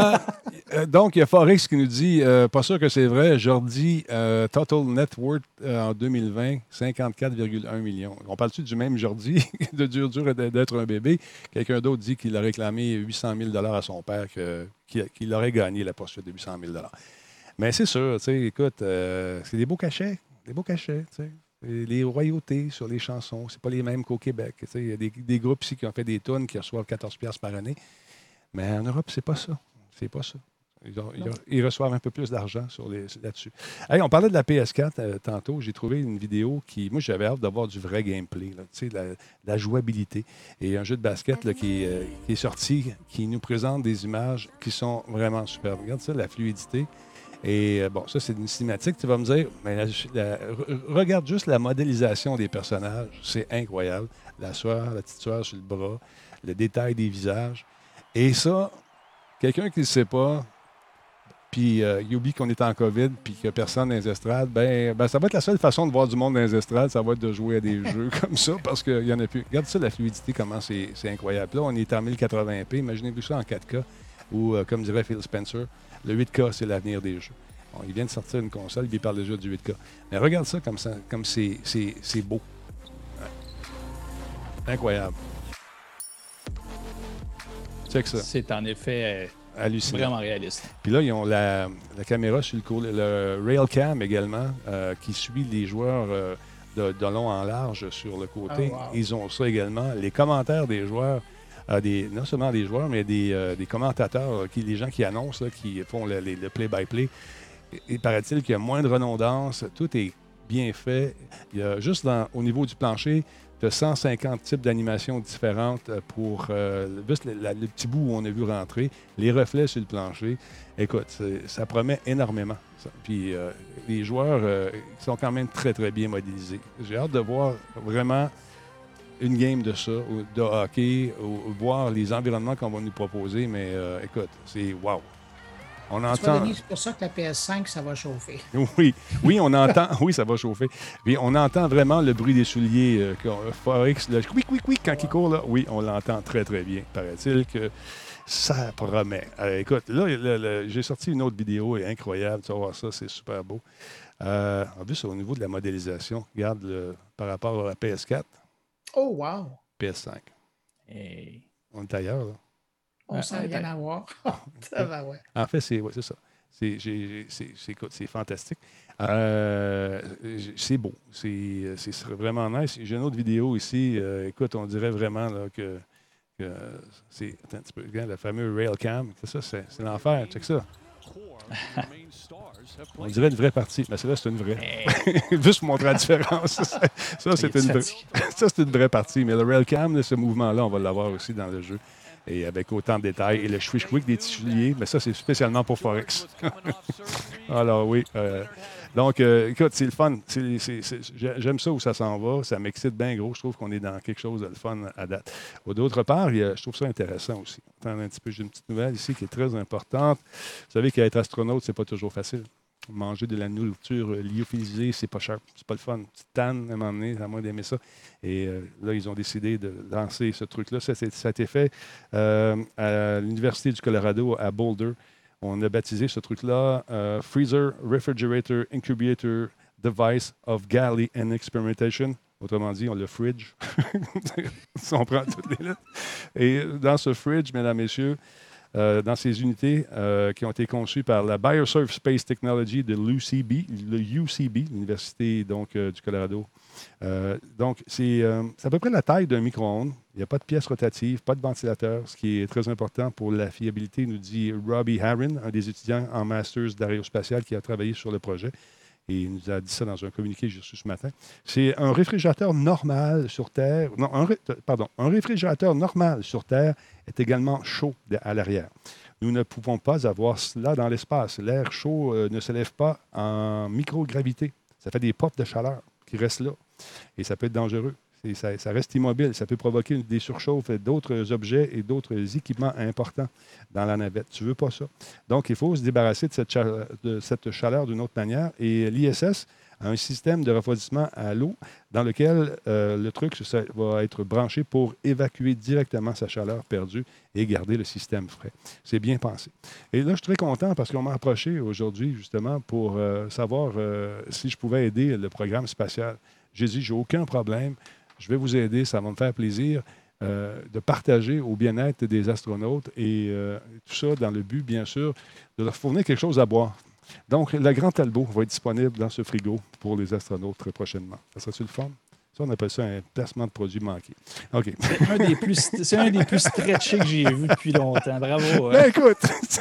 Donc, il y a Forex qui nous dit, pas sûr que c'est vrai, Jordi, Total Net Worth en 2020, 54,1 millions. On parle-tu du même Jordi, de dur d'être un bébé? Quelqu'un d'autre dit qu'il a réclamé 800 000 $ à son père, qu'il aurait gagné la poursuite de 800 000 $. Mais c'est sûr, tu sais, écoute, c'est des beaux cachets, tu sais. Les royautés sur les chansons, c'est pas les mêmes qu'au Québec. Il y a des groupes ici qui ont fait des tunes qui reçoivent 14$ par année. Mais en Europe, c'est pas ça. C'est pas ça. Ils reçoivent un peu plus d'argent là-dessus. Hey, on parlait de la PS4 tantôt. J'ai trouvé une vidéo qui... Moi, j'avais hâte d'avoir du vrai gameplay, la jouabilité. Et un jeu de basket là, qui est sorti, qui nous présente des images qui sont vraiment superbes. Regarde ça, la fluidité. Et ça, c'est une cinématique. Tu vas me dire, mais regarde juste la modélisation des personnages. C'est incroyable. La petite sueur sur le bras, le détail des visages. Et ça, quelqu'un qui ne le sait pas, puis il oublie qu'on est en COVID, puis qu'il n'y a personne dans les estrades, ça va être la seule façon de voir du monde dans les estrades, ça va être de jouer à des jeux comme ça, parce qu'il n'y en a plus. Regarde ça, la fluidité, comment c'est incroyable. Là, on est en 1080p. Imaginez-vous ça en 4K, ou comme dirait Phil Spencer, le 8K, c'est l'avenir des jeux. Bon, il vient de sortir une console, il parle déjà du 8K. Mais regarde ça comme c'est beau. Ouais. Incroyable. Check ça. C'est en effet hallucinant. Vraiment réaliste. Puis là, ils ont la caméra sur le Railcam également, qui suit les joueurs de long en large sur le côté. Oh, wow. Ils ont ça également. Les commentaires des joueurs, non seulement des joueurs, mais des commentateurs, les gens qui annoncent, là, qui font le play-by-play. Il paraît-il qu'il y a moins de redondance. Tout est bien fait. Il y a juste au niveau du plancher, de 150 types d'animations différentes pour juste le petit bout où on a vu rentrer, les reflets sur le plancher. Écoute, ça promet énormément. Ça. Puis les joueurs sont quand même très, très bien modélisés. J'ai hâte de voir vraiment une game de ça, de hockey, ou voir les environnements qu'on va nous proposer. Mais écoute, c'est wow. On François entend... Denis, c'est pour ça que la PS5, ça va chauffer. Oui, on entend... Oui, ça va chauffer. Puis on entend vraiment le bruit des souliers. Forex, le quick, quand il court, là. Oui, on l'entend très, très bien. Paraît-il que ça promet. Écoute, là, j'ai sorti une autre vidéo, elle est incroyable. Tu vas voir ça, c'est super beau. En plus, au niveau de la modélisation, regarde par rapport à la PS4, Oh, wow! PS5. Hey. On est ailleurs, là. On sent rien à voir. Ça va, ouais. En fait, c'est ça. Écoute, c'est fantastique. C'est beau. C'est vraiment nice. J'ai une autre vidéo ici. Écoute, on dirait vraiment là, que c'est... Attends un petit peu. Regarde, le fameux Railcam. C'est ça, c'est l'enfer. Check ça. On dirait une vraie partie. Mais celle-là, c'est une vraie. Juste pour montrer la différence. Ça, c'est une vraie partie. Mais le Railcam, ce mouvement-là, on va l'avoir aussi dans le jeu. Et avec autant de détails. Et le quick des petits souliers, mais ça, c'est spécialement pour Forex. Alors oui. Donc, écoute, c'est le fun. J'aime ça où ça s'en va. Ça m'excite bien gros. Je trouve qu'on est dans quelque chose de le fun à date. D'autre part, je trouve ça intéressant aussi. Attends un petit peu, j'ai une petite nouvelle ici qui est très importante. Vous savez qu'être astronaute, c'est pas toujours facile. Manger de la nourriture lyophilisée, c'est pas cher. C'est pas le fun. Petite tanne, à un moment donné, à moins d'aimer ça. Et là, ils ont décidé de lancer ce truc-là. Ça a été fait à l'Université du Colorado à Boulder. On a baptisé ce truc-là Freezer Refrigerator Incubator Device of Galley and Experimentation. Autrement dit, on le fridge. On prend toutes les lettres. Et dans ce fridge, mesdames, messieurs, dans ces unités qui ont été conçues par la Biosurf Space Technology de l'UCB, l'Université donc, du Colorado. Donc, c'est à peu près la taille d'un micro-ondes. Il n'y a pas de pièce rotative, pas de ventilateur, ce qui est très important pour la fiabilité, nous dit Robbie Harron, un des étudiants en Masters d'aérospatial qui a travaillé sur le projet. Et il nous a dit ça dans un communiqué que j'ai reçu ce matin. C'est un réfrigérateur normal sur Terre. Non, un réfrigérateur normal sur Terre est également chaud à l'arrière. Nous ne pouvons pas avoir cela dans l'espace. L'air chaud ne se lève pas en microgravité. Ça fait des pops de chaleur qui restent là. Et ça peut être dangereux. Ça reste immobile. Ça peut provoquer des surchauffes d'autres objets et d'autres équipements importants dans la navette. Tu ne veux pas ça. Donc, il faut se débarrasser de cette chaleur d'une autre manière. Et l'ISS a un système de refroidissement à l'eau dans lequel le truc va être branché pour évacuer directement sa chaleur perdue et garder le système frais. C'est bien pensé. Et là, je suis très content parce qu'on m'a approché aujourd'hui, justement, pour savoir si je pouvais aider le programme spatial. J'ai dit, j'ai aucun problème. Je vais vous aider, ça va me faire plaisir de partager au bien-être des astronautes et tout ça dans le but, bien sûr, de leur fournir quelque chose à boire. Donc, le Grand Talbot va être disponible dans ce frigo pour les astronautes très prochainement. Ça serait-tu le fun? Ça, on appelle ça un placement de produit manqué. OK. C'est un des plus stretchés que j'ai vu depuis longtemps. Bravo. Ben, écoute,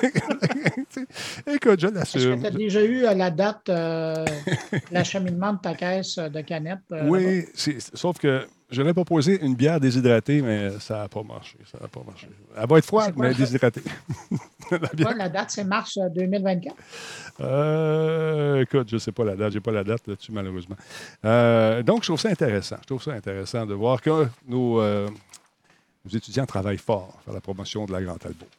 je l'assume. Est-ce que tu as déjà eu à la date l'acheminement de ta caisse de canettes? Oui, sauf que je n'aurais proposé une bière déshydratée, mais ça n'a pas marché. Elle va être froide, mais déshydratée. La date, c'est mars 2024? Écoute, je ne sais pas la date. Je n'ai pas la date là-dessus, malheureusement. Donc, je trouve ça intéressant. Je trouve ça intéressant de voir que nos étudiants travaillent fort pour faire la promotion de la Grand Talbot.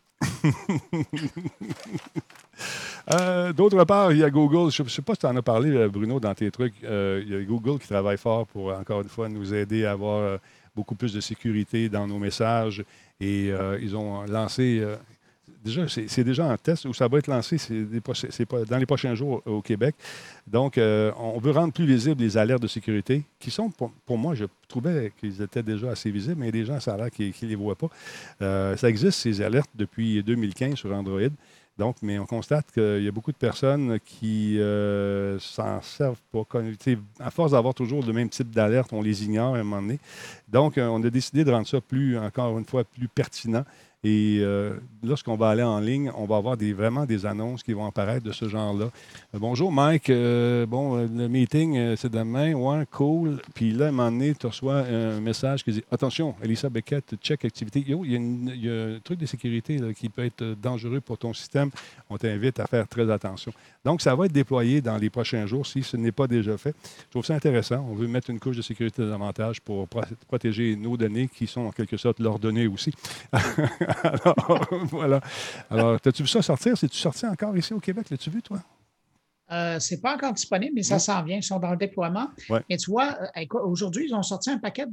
D'autre part, il y a Google. Je ne sais pas si tu en as parlé, Bruno, dans tes trucs. Il y a Google qui travaille fort pour, encore une fois, nous aider à avoir beaucoup plus de sécurité dans nos messages. Et ils ont lancé... c'est déjà en test où ça va être lancé dans les prochains jours au Québec. Donc, on veut rendre plus visibles les alertes de sécurité qui sont, pour moi, je trouvais qu'ils étaient déjà assez visibles, mais les gens, ça a l'air qu'ils ne les voient pas. Ça existe, ces alertes, depuis 2015 sur Android. Donc, mais on constate qu'il y a beaucoup de personnes qui s'en servent pas. À force d'avoir toujours le même type d'alerte, on les ignore à un moment donné. Donc, on a décidé de rendre ça encore une fois, plus pertinent. Et lorsqu'on va aller en ligne, on va avoir vraiment des annonces qui vont apparaître de ce genre-là. Bonjour Mike, le meeting, c'est demain, ouais, cool. Puis là, à un moment donné, tu reçois un message qui dit « Attention, Elisa Beckett, check activité. Yo, il y a un truc de sécurité là, qui peut être dangereux pour ton système. On t'invite à faire très attention. » Donc, ça va être déployé dans les prochains jours si ce n'est pas déjà fait. Je trouve ça intéressant. On veut mettre une couche de sécurité davantage pour protéger nos données qui sont en quelque sorte leurs données aussi. Alors, voilà. Alors, as-tu vu ça sortir? C'est-tu sorti encore ici au Québec? L'as-tu vu, toi? C'est pas encore disponible, mais ça s'en vient. Ils sont dans le déploiement. Ouais. Et tu vois, aujourd'hui, ils ont sorti un paquet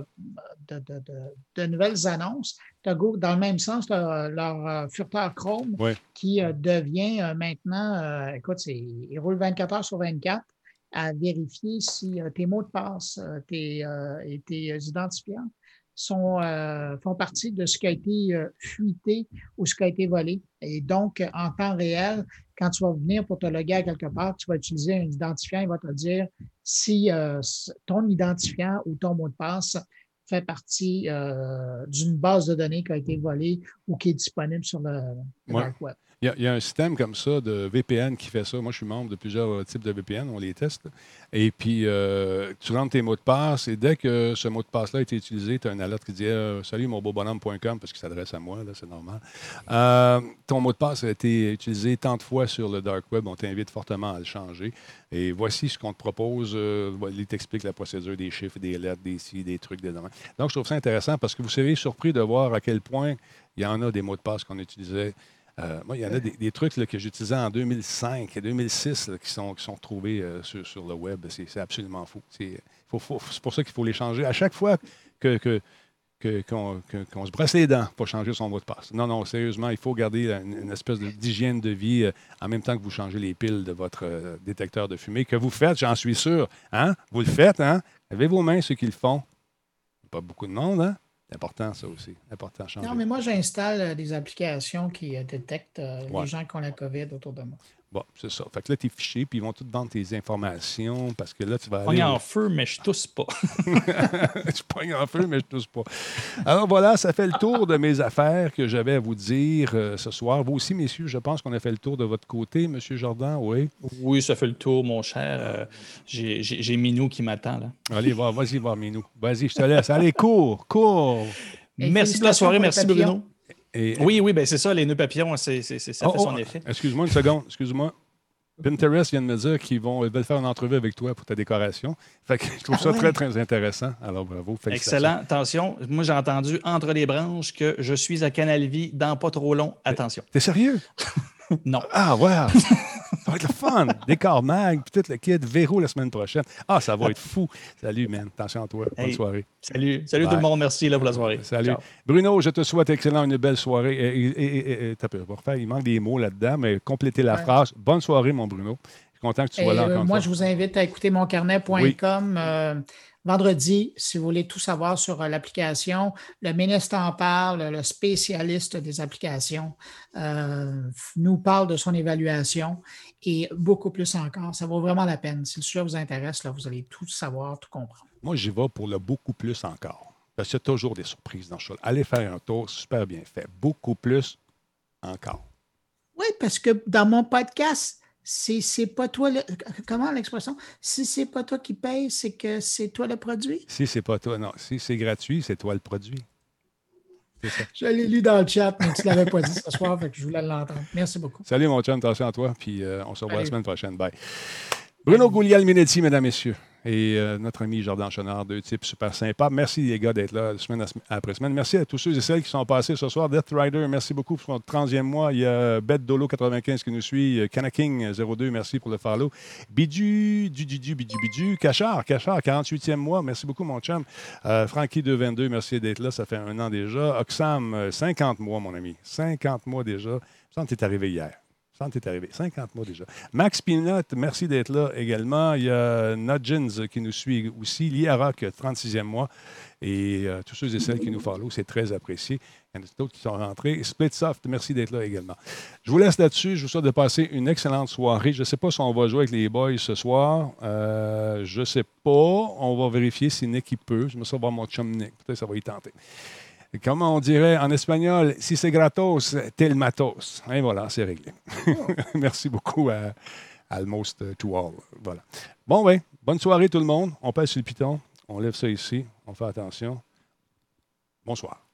de nouvelles annonces. Dans le même sens, leur furteur Chrome qui devient maintenant, il roule 24 heures sur 24 à vérifier si tes mots de passe et tes identifiants font partie de ce qui a été fuité ou ce qui a été volé. Et donc, en temps réel, quand tu vas venir pour te loguer à quelque part, tu vas utiliser un identifiant, il va te dire si ton identifiant ou ton mot de passe fait partie d'une base de données qui a été volée ou qui est disponible sur le dark web. Il y a un système comme ça de VPN qui fait ça. Moi, je suis membre de plusieurs types de VPN, on les teste. Et puis, tu rentres tes mots de passe et dès que ce mot de passe-là a été utilisé, tu as une alerte qui dit salut, mon beau bonhomme.com, parce qu'il s'adresse à moi, là, c'est normal. Ton mot de passe a été utilisé tant de fois sur le dark web, on t'invite fortement à le changer. Et voici ce qu'on te propose. Il t'explique la procédure des chiffres, des lettres, des trucs, des domaines. Donc, je trouve ça intéressant parce que vous serez surpris de voir à quel point il y en a des mots de passe qu'on utilisait. Moi, il y en a des trucs là, que j'utilisais en 2005 et 2006 là, qui sont retrouvés sur le web. C'est absolument fou. C'est pour ça qu'il faut les changer. À chaque fois qu'on se brosse les dents pour changer son mot de passe. Non, sérieusement, il faut garder une espèce d'hygiène de vie en même temps que vous changez les piles de votre détecteur de fumée, que vous faites, j'en suis sûr. Hein? Vous le faites, hein? Avez vos mains, ceux qui le font. Pas beaucoup de monde, hein? C'est important, ça aussi. Important à changer. Non, mais moi, j'installe des applications qui détectent les gens qui ont la COVID autour de moi. Bon, c'est ça. Fait que là, tes fichiers, puis ils vont tout vendre tes informations parce que là, tu vas aller... Pogne en feu, mais je tousse pas. Je pogne en feu, mais je tousse pas. Alors voilà, ça fait le tour de mes affaires que j'avais à vous dire ce soir. Vous aussi, messieurs, je pense qu'on a fait le tour de votre côté, M. Jordan, oui? Oui, ça fait le tour, mon cher. J'ai Minou qui m'attend, là. Allez, vas-y, voir Minou. Vas-y, je te laisse. Allez, cours! Et merci de la soirée, merci Bruno. Oui, ben c'est ça, les nœuds papillons, ça fait son effet. Excuse-moi une seconde, excuse-moi. Pinterest vient de me dire qu'ils veulent faire une entrevue avec toi pour ta décoration. Fait que je trouve ça très, très intéressant. Alors, bravo, félicitations. Excellent. Attention, moi, j'ai entendu entre les branches que je suis à Canal Vie dans pas trop long. Attention. T'es sérieux? Non. Ah, ouais. Ça va être le fun. Décor mag, puis tout le kit. Véro la semaine prochaine. Ah, ça va être fou. Salut, man. Attention à toi. Bonne soirée. Salut tout le monde. Merci là, pour la soirée. Salut. Ciao. Bruno, je te souhaite une belle soirée. Il manque des mots là-dedans, mais complétez la phrase. Bonne soirée, mon Bruno. Je suis content que tu sois là encore. Moi, je vous invite à écouter moncarnet.com. Vendredi, si vous voulez tout savoir sur l'application, le ministre en parle, le spécialiste des applications nous parle de son évaluation et beaucoup plus encore. Ça vaut vraiment la peine. Si le sujet vous intéresse, là, vous allez tout savoir, tout comprendre. Moi, j'y vais pour le beaucoup plus encore. Parce qu'il y a toujours des surprises dans ce show. Allez faire un tour, super bien fait. Beaucoup plus encore. Oui, parce que dans mon podcast, c'est pas toi, comment l'expression? Si c'est pas toi qui paye, c'est que c'est toi le produit? Si c'est pas toi, non. Si c'est gratuit, c'est toi le produit. C'est ça. Je l'ai lu dans le chat, mais tu ne l'avais pas dit ce soir, fait que je voulais l'entendre. Merci beaucoup. Salut mon chum, attention à toi, puis on se revoit la semaine prochaine. Bye. Bruno Guglielminetti, mesdames, messieurs, et notre ami Jordan Chenard, deux types super sympas. Merci les gars d'être là semaine après semaine. Merci à tous ceux et celles qui sont passés ce soir. Death Rider, merci beaucoup pour son 30e mois. Il y a Beth Dolo 95 qui nous suit. Canaking 02, merci pour le follow. Bidu, Cachard 48e mois. Merci beaucoup mon chum. Frankie 222, merci d'être là. Ça fait 1 an déjà. Oxam 50 mois mon ami. 50 mois déjà. Ça, t'es arrivé hier. Ça, t'es arrivé. 50 mois déjà. Max Pinot, merci d'être là également. Il y a Nudgens qui nous suit aussi. Liaroc, 36e mois. Et tous ceux et celles qui nous follow, c'est très apprécié. Il y en a d'autres qui sont rentrés. Splitsoft, merci d'être là également. Je vous laisse là-dessus. Je vous souhaite de passer une excellente soirée. Je ne sais pas si on va jouer avec les boys ce soir. Je ne sais pas. On va vérifier si Nick il peut. Je me souviens voir mon chum Nick. Peut-être que ça va y tenter. Comment on dirait en espagnol, si c'est gratos, tel matos. Et voilà, c'est réglé. Merci beaucoup à Almost to All. Voilà. Bon, ben, bonne soirée tout le monde. On passe sur le piton. On lève ça ici. On fait attention. Bonsoir.